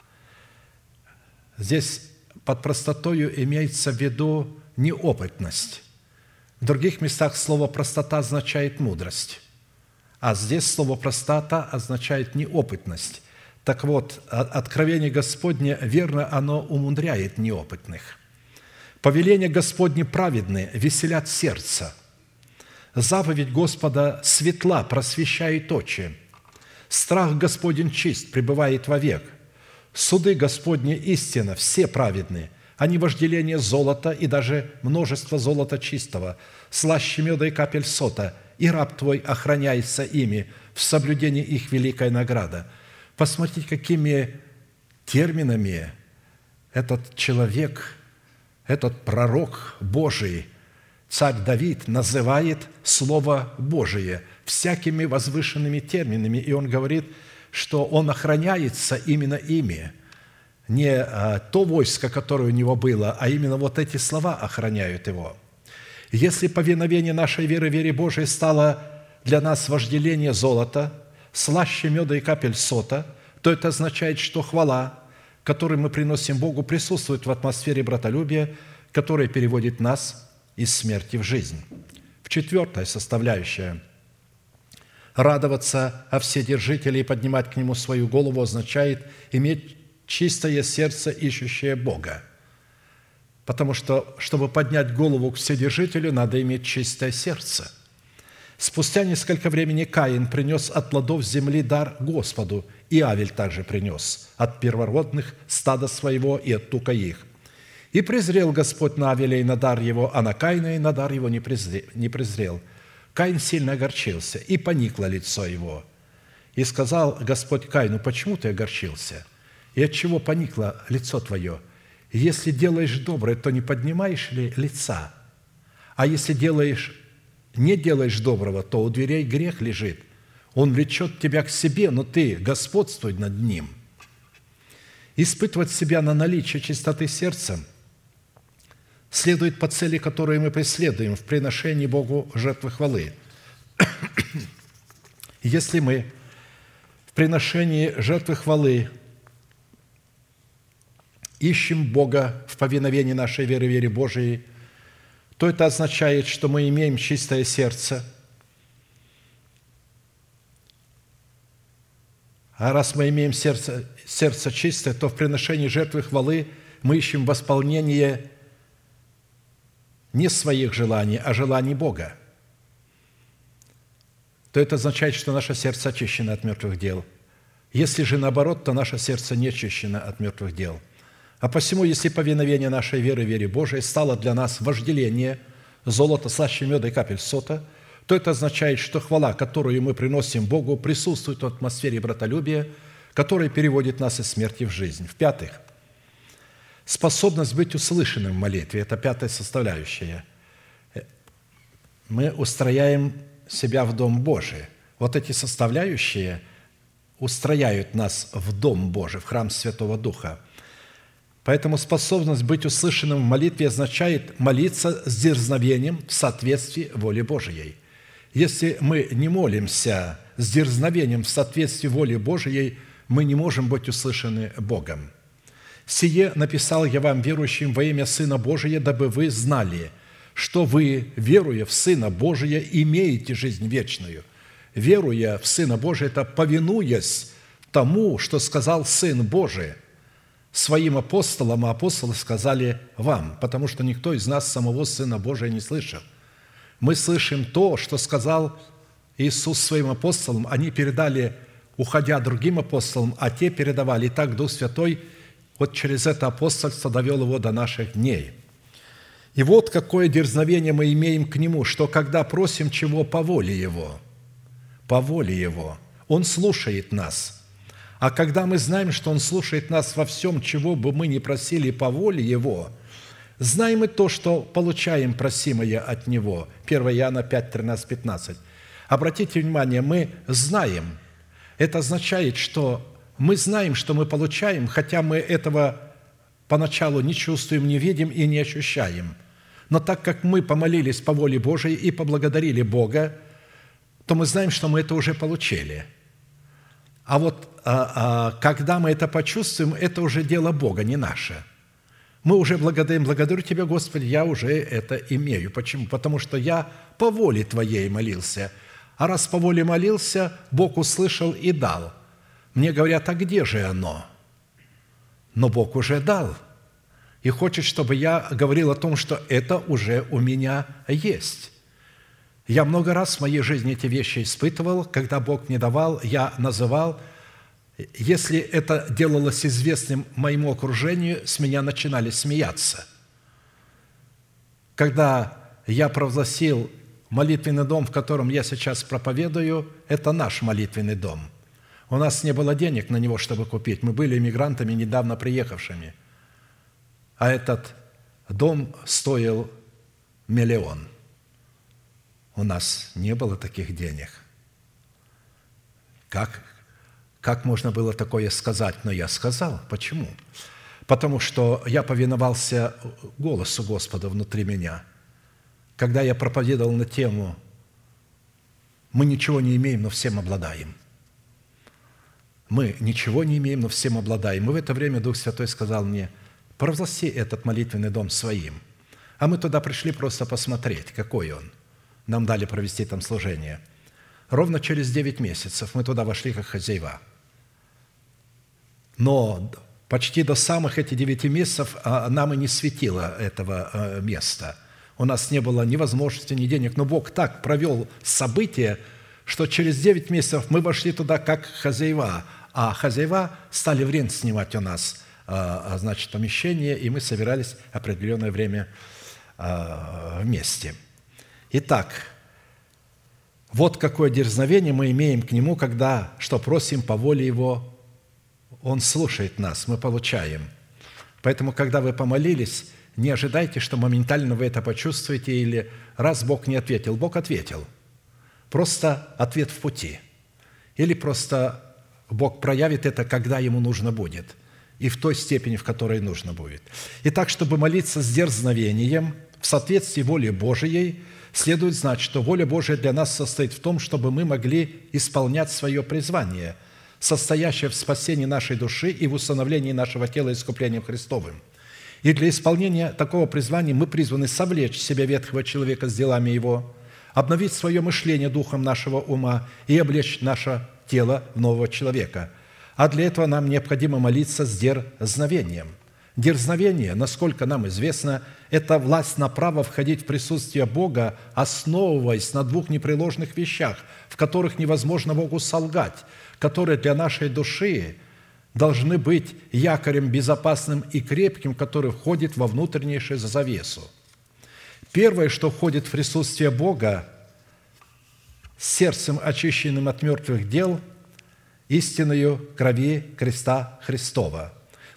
Здесь под простотою имеется в виду неопытность. В других местах слово «простота» означает мудрость, а здесь слово «простота» означает неопытность. Так вот, откровение Господне верно, оно умудряет неопытных. Повеления Господни праведны, веселят сердце. Заповедь Господа светла, просвещает очи. Страх Господень чист, пребывает вовек. Суды Господни истина, все праведны. Они вожделение золота и даже множество золота чистого, слаще меда и капель сота, и раб твой охраняется ими, в соблюдении их великая награда». Посмотрите, какими терминами этот человек, этот пророк Божий, царь Давид, называет Слово Божие всякими возвышенными терминами. И он говорит, что он охраняется именно ими. Не то войско, которое у него было, а именно вот эти слова охраняют его. Если повиновение нашей веры, вере Божией, стало для нас вожделение золота, слаще меда и капель сота, то это означает, что хвала, которую мы приносим Богу, присутствует в атмосфере братолюбия, которая переводит нас из смерти в жизнь. Четвертая составляющая – радоваться о Вседержителе и поднимать к Нему свою голову означает иметь чистое сердце, ищущее Бога. Потому что, чтобы поднять голову к Вседержителю, надо иметь чистое сердце. Спустя несколько времени Каин принес от плодов земли дар Господу, и Авель также принес от первородных стада своего и от тука их. И презрел Господь на Авеля и на дар его, а на Каина и на дар его не презрел. Каин сильно огорчился, и поникло лицо его. И сказал Господь Каину: почему ты огорчился? И от чего поникло лицо твое? Если делаешь доброе, то не поднимаешь ли лица? А если не делаешь доброго, то у дверей грех лежит. Он влечет тебя к себе, но ты господствуй над ним. Испытывать себя на наличие чистоты сердца следует по цели, которую мы преследуем в приношении Богу жертвы хвалы. Если мы в приношении жертвы хвалы ищем Бога в повиновении нашей веры, вере Божией, то это означает, что мы имеем чистое сердце. А раз мы имеем сердце чистое, то в приношении жертвы хвалы мы ищем восполнение не своих желаний, а желаний Бога. То это означает, что наше сердце очищено от мертвых дел. Если же наоборот, то наше сердце не очищено от мертвых дел. А посему, если повиновение нашей веры, вере Божией, стало для нас вожделение золота, слаще меда и капель сота, то это означает, что хвала, которую мы приносим Богу, присутствует в атмосфере братолюбия, которая переводит нас из смерти в жизнь. В-пятых, Способность быть услышанным в молитве – это пятая составляющая. Мы устрояем себя в Дом Божий. Вот эти составляющие устрояют нас в Дом Божий, в храм Святого Духа. Поэтому способность быть услышанным в молитве означает молиться с дерзновением в соответствии воле Божией. Если мы не молимся с дерзновением в соответствии воле Божией, мы не можем быть услышаны Богом. «Сие написал я вам, верующим во имя Сына Божия, дабы вы знали, что вы, веруя в Сына Божия, имеете жизнь вечную». Веруя в Сына Божия – это повинуясь тому, что сказал Сын Божий своим апостолам, а апостолы сказали вам, потому что никто из нас самого Сына Божия не слышал. Мы слышим то, что сказал Иисус своим апостолам, они передали, уходя другим апостолам, а те передавали. И так Дух Святой вот через это апостольство довел его до наших дней. И вот какое дерзновение мы имеем к Нему, что когда просим чего по воле Его, Он слушает нас. А когда мы знаем, что Он слушает нас во всем, чего бы мы ни просили по воле Его, знаем и то, что получаем просимое от Него. 1 Иоанна 5, 13, 15. Обратите внимание, мы знаем. Это означает, что мы знаем, что мы получаем, хотя мы этого поначалу не чувствуем, не видим и не ощущаем. Но так как мы помолились по воле Божией и поблагодарили Бога, то мы знаем, что мы это уже получили. А вот когда мы это почувствуем, это уже дело Бога, не наше. Мы уже благодарим, благодарю Тебя, Господи, я уже это имею. Почему? Потому что я по воле Твоей молился. А раз по воле молился, Бог услышал и дал. Мне говорят, а где же оно? Но Бог уже дал. И хочет, чтобы я говорил о том, что это уже у меня есть. Я много раз в моей жизни эти вещи испытывал, когда Бог мне давал, я называл. Если это делалось известным моему окружению, с меня начинали смеяться. Когда я провозгласил молитвенный дом, в котором я сейчас проповедую, это наш молитвенный дом. У нас не было денег на него, чтобы купить. Мы были иммигрантами, недавно приехавшими. А этот дом стоил 1 миллион. У нас не было таких денег. Как можно было такое сказать? Но я сказал. Почему? Потому что я повиновался голосу Господа внутри меня. Когда я проповедовал на тему «Мы ничего не имеем, но всем обладаем». Мы ничего не имеем, но всем обладаем. И в это время Дух Святой сказал мне: провозгласи этот молитвенный дом своим. А мы туда пришли просто посмотреть, какой он. Нам дали провести там служение. Ровно через 9 месяцев мы туда вошли как хозяева. Но почти до самых этих 9 месяцев нам и не светило этого места. У нас не было ни возможности, ни денег. Но Бог так провел события, что через 9 месяцев мы вошли туда как хозяева, а хозяева стали в рент снимать у нас, помещение, и мы собирались определенное время вместе. Итак, вот какое дерзновение мы имеем к Нему, когда, что просим по воле Его, Он слушает нас, мы получаем. Поэтому, когда вы помолились, не ожидайте, что моментально вы это почувствуете, или раз Бог не ответил. Бог ответил. Просто ответ в пути. Или просто Бог проявит это, когда Ему нужно будет, и в той степени, в которой нужно будет. Итак, чтобы молиться с дерзновением, в соответствии воле Божией, следует знать, что воля Божия для нас состоит в том, чтобы мы могли исполнять свое призвание, состоящее в спасении нашей души и в установлении нашего тела искуплением Христовым. И для исполнения такого призвания мы призваны совлечь себя ветхого человека с делами его, обновить свое мышление духом нашего ума и облечь наше тело в нового человека. А для этого нам необходимо молиться с дерзновением. Дерзновение, насколько нам известно, это власть на право входить в присутствие Бога, основываясь на 2 непреложных вещах, в которых невозможно Богу солгать, которые для нашей души должны быть якорем безопасным и крепким, который входит во внутреннейшую завесу. Первое, что входит в присутствие Бога, сердцем, очищенным от мертвых дел, истинною крови креста Христова.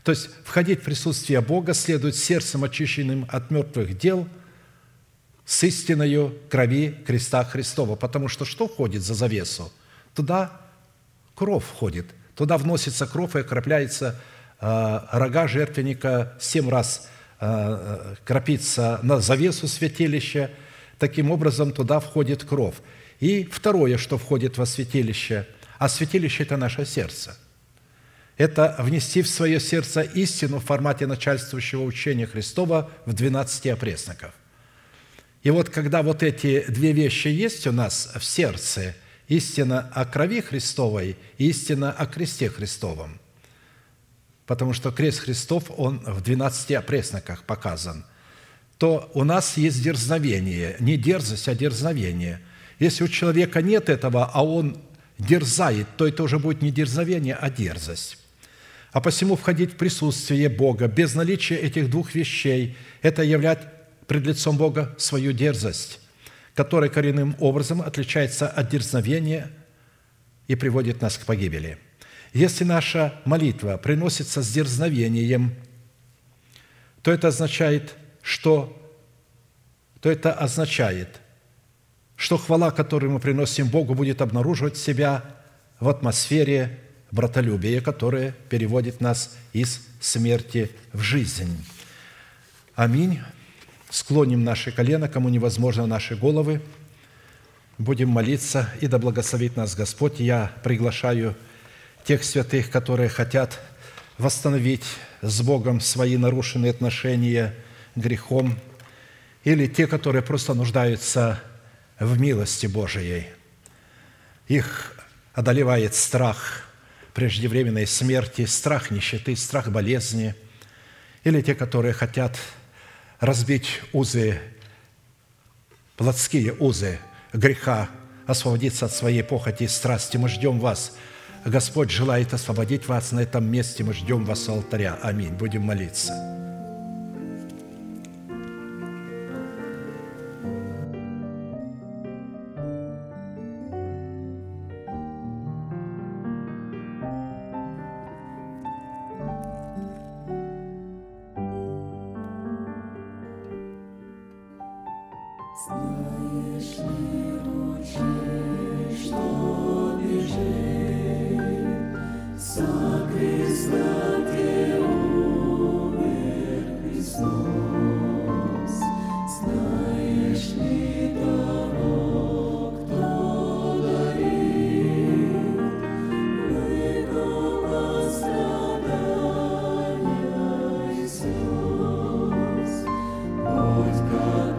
То есть входить в присутствие Бога следует сердцем, очищенным от мертвых дел, с истинною крови креста Христова. Потому что входит за завесу? Туда кровь входит. Туда вносится кровь и окропляется рога жертвенника 7 раз кропится на завесу святилища. Таким образом, туда входит кровь. И второе, что входит во святилище, а святилище – это наше сердце. Это внести в свое сердце истину в формате начальствующего учения Христова в 12 опресноков. И вот когда вот эти две вещи есть у нас в сердце, истина о крови Христовой и истина о кресте Христовом, потому что крест Христов, он в 12 опресноках показан, то у нас есть дерзновение, не дерзость, а дерзновение. Если у человека нет этого, а он дерзает, то это уже будет не дерзновение, а дерзость. А посему входить в присутствие Бога без наличия этих двух вещей – это являть пред лицом Бога свою дерзость, которая коренным образом отличается от дерзновения и приводит нас к погибели. Если наша молитва приносится с дерзновением, то это означает, что хвала, которую мы приносим Богу, будет обнаруживать себя в атмосфере братолюбия, которое переводит нас из смерти в жизнь. Аминь. Склоним наши колена, кому невозможно наши головы. Будем молиться, и да благословит нас Господь. Я приглашаю тех святых, которые хотят восстановить с Богом свои нарушенные отношения грехом, или те, которые просто нуждаются в милости Божией. Их одолевает страх преждевременной смерти, страх нищеты, страх болезни, или те, которые хотят разбить узы, плотские узы греха, освободиться от своей похоти и страсти. Мы ждем вас. Господь желает освободить вас на этом месте. Мы ждем вас у алтаря. Аминь. Будем молиться. Знаешь ли, ручей, что бежит за креста, где умер Христос? Знаешь ли того, кто дарит выкуп страдания и слез? Путь как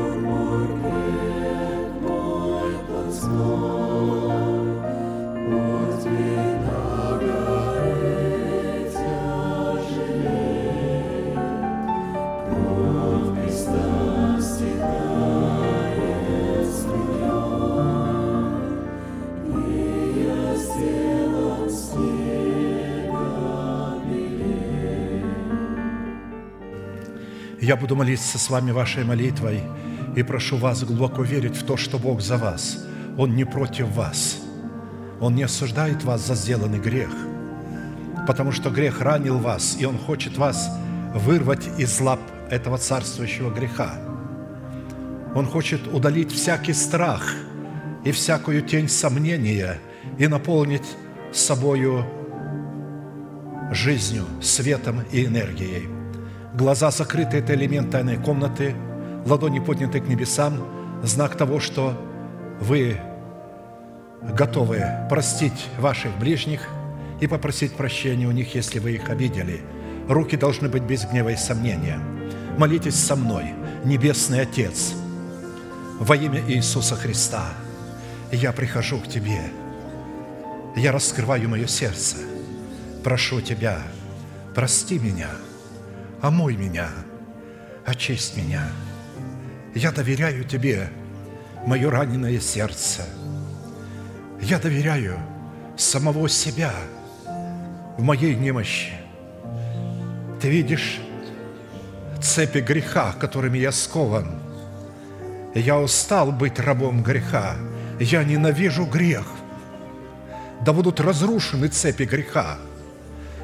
Я буду молиться с вами вашей молитвой и прошу вас глубоко верить в то, что Бог за вас. Он не против вас. Он не осуждает вас за сделанный грех, потому что грех ранил вас, и Он хочет вас вырвать из лап этого царствующего греха. Он хочет удалить всякий страх и всякую тень сомнения и наполнить собою жизнью, светом и энергией. Глаза закрыты – это элемент тайной комнаты, ладони подняты к небесам, знак того, что вы готовы простить ваших ближних и попросить прощения у них, если вы их обидели. Руки должны быть без гнева и сомнения. Молитесь со мной, Небесный Отец, во имя Иисуса Христа. Я прихожу к Тебе, я раскрываю мое сердце, прошу Тебя, прости меня, омой меня, очисть меня. Я доверяю Тебе мое раненое сердце. Я доверяю самого себя в моей немощи. Ты видишь цепи греха, которыми я скован. Я устал быть рабом греха. Я ненавижу грех. Да будут разрушены цепи греха.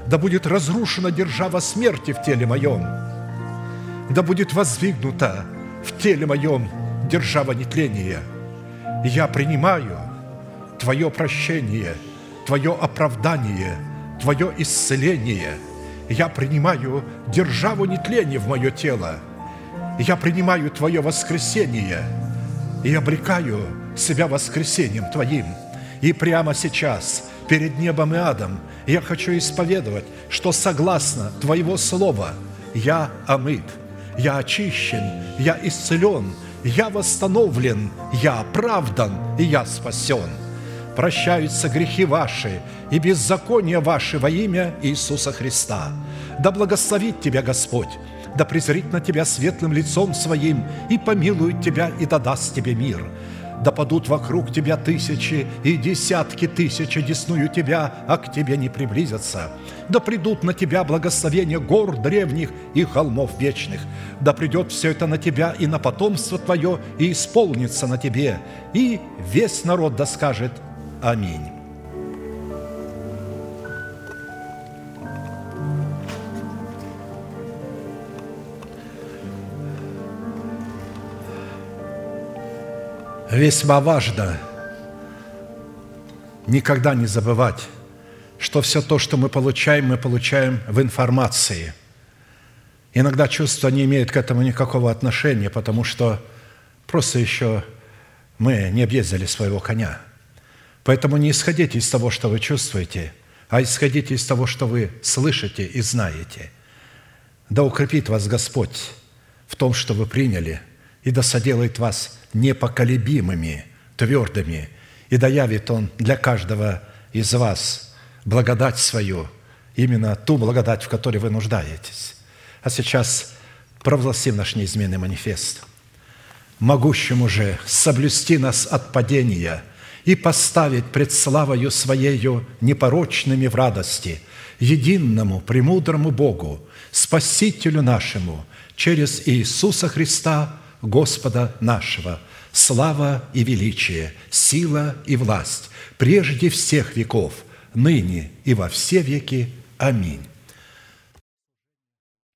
Да будет разрушена держава смерти в теле моем, да будет воздвигнута в теле моем держава нетления. Я принимаю Твое прощение, Твое оправдание, Твое исцеление. Я принимаю державу нетления в мое тело. Я принимаю Твое воскресение и обрекаю себя воскресением Твоим. И прямо сейчас, перед небом и адом, я хочу исповедовать, что согласно Твоего слова я омыт, я очищен, я исцелен, я восстановлен, я оправдан и я спасен. Прощаются грехи ваши и беззакония ваши во имя Иисуса Христа. Да благословит тебя Господь, да презрит на тебя светлым лицом Своим и помилует тебя и да даст тебе мир. Да падут вокруг тебя тысячи и десятки тысяч одесную тебя, а к тебе не приблизятся. Да придут на тебя благословения гор древних и холмов вечных. Да придет все это на тебя и на потомство твое, и исполнится на тебе. И весь народ да скажет Аминь. Весьма важно никогда не забывать, что все то, что мы получаем в информации. Иногда чувства не имеют к этому никакого отношения, потому что просто еще мы не объездили своего коня. Поэтому не исходите из того, что вы чувствуете, а исходите из того, что вы слышите и знаете. Да укрепит вас Господь в том, что вы приняли, и да соделает вас непоколебимыми, твердыми, и да явит Он для каждого из вас благодать свою, именно ту благодать, в которой вы нуждаетесь. А сейчас провозгласим наш неизменный манифест. «Могущему же соблюсти нас от падения и поставить пред славою Своею непорочными в радости, единому, премудрому Богу, Спасителю нашему, через Иисуса Христа, Господа нашего, слава и величие, сила и власть, прежде всех веков, ныне и во все веки. Аминь».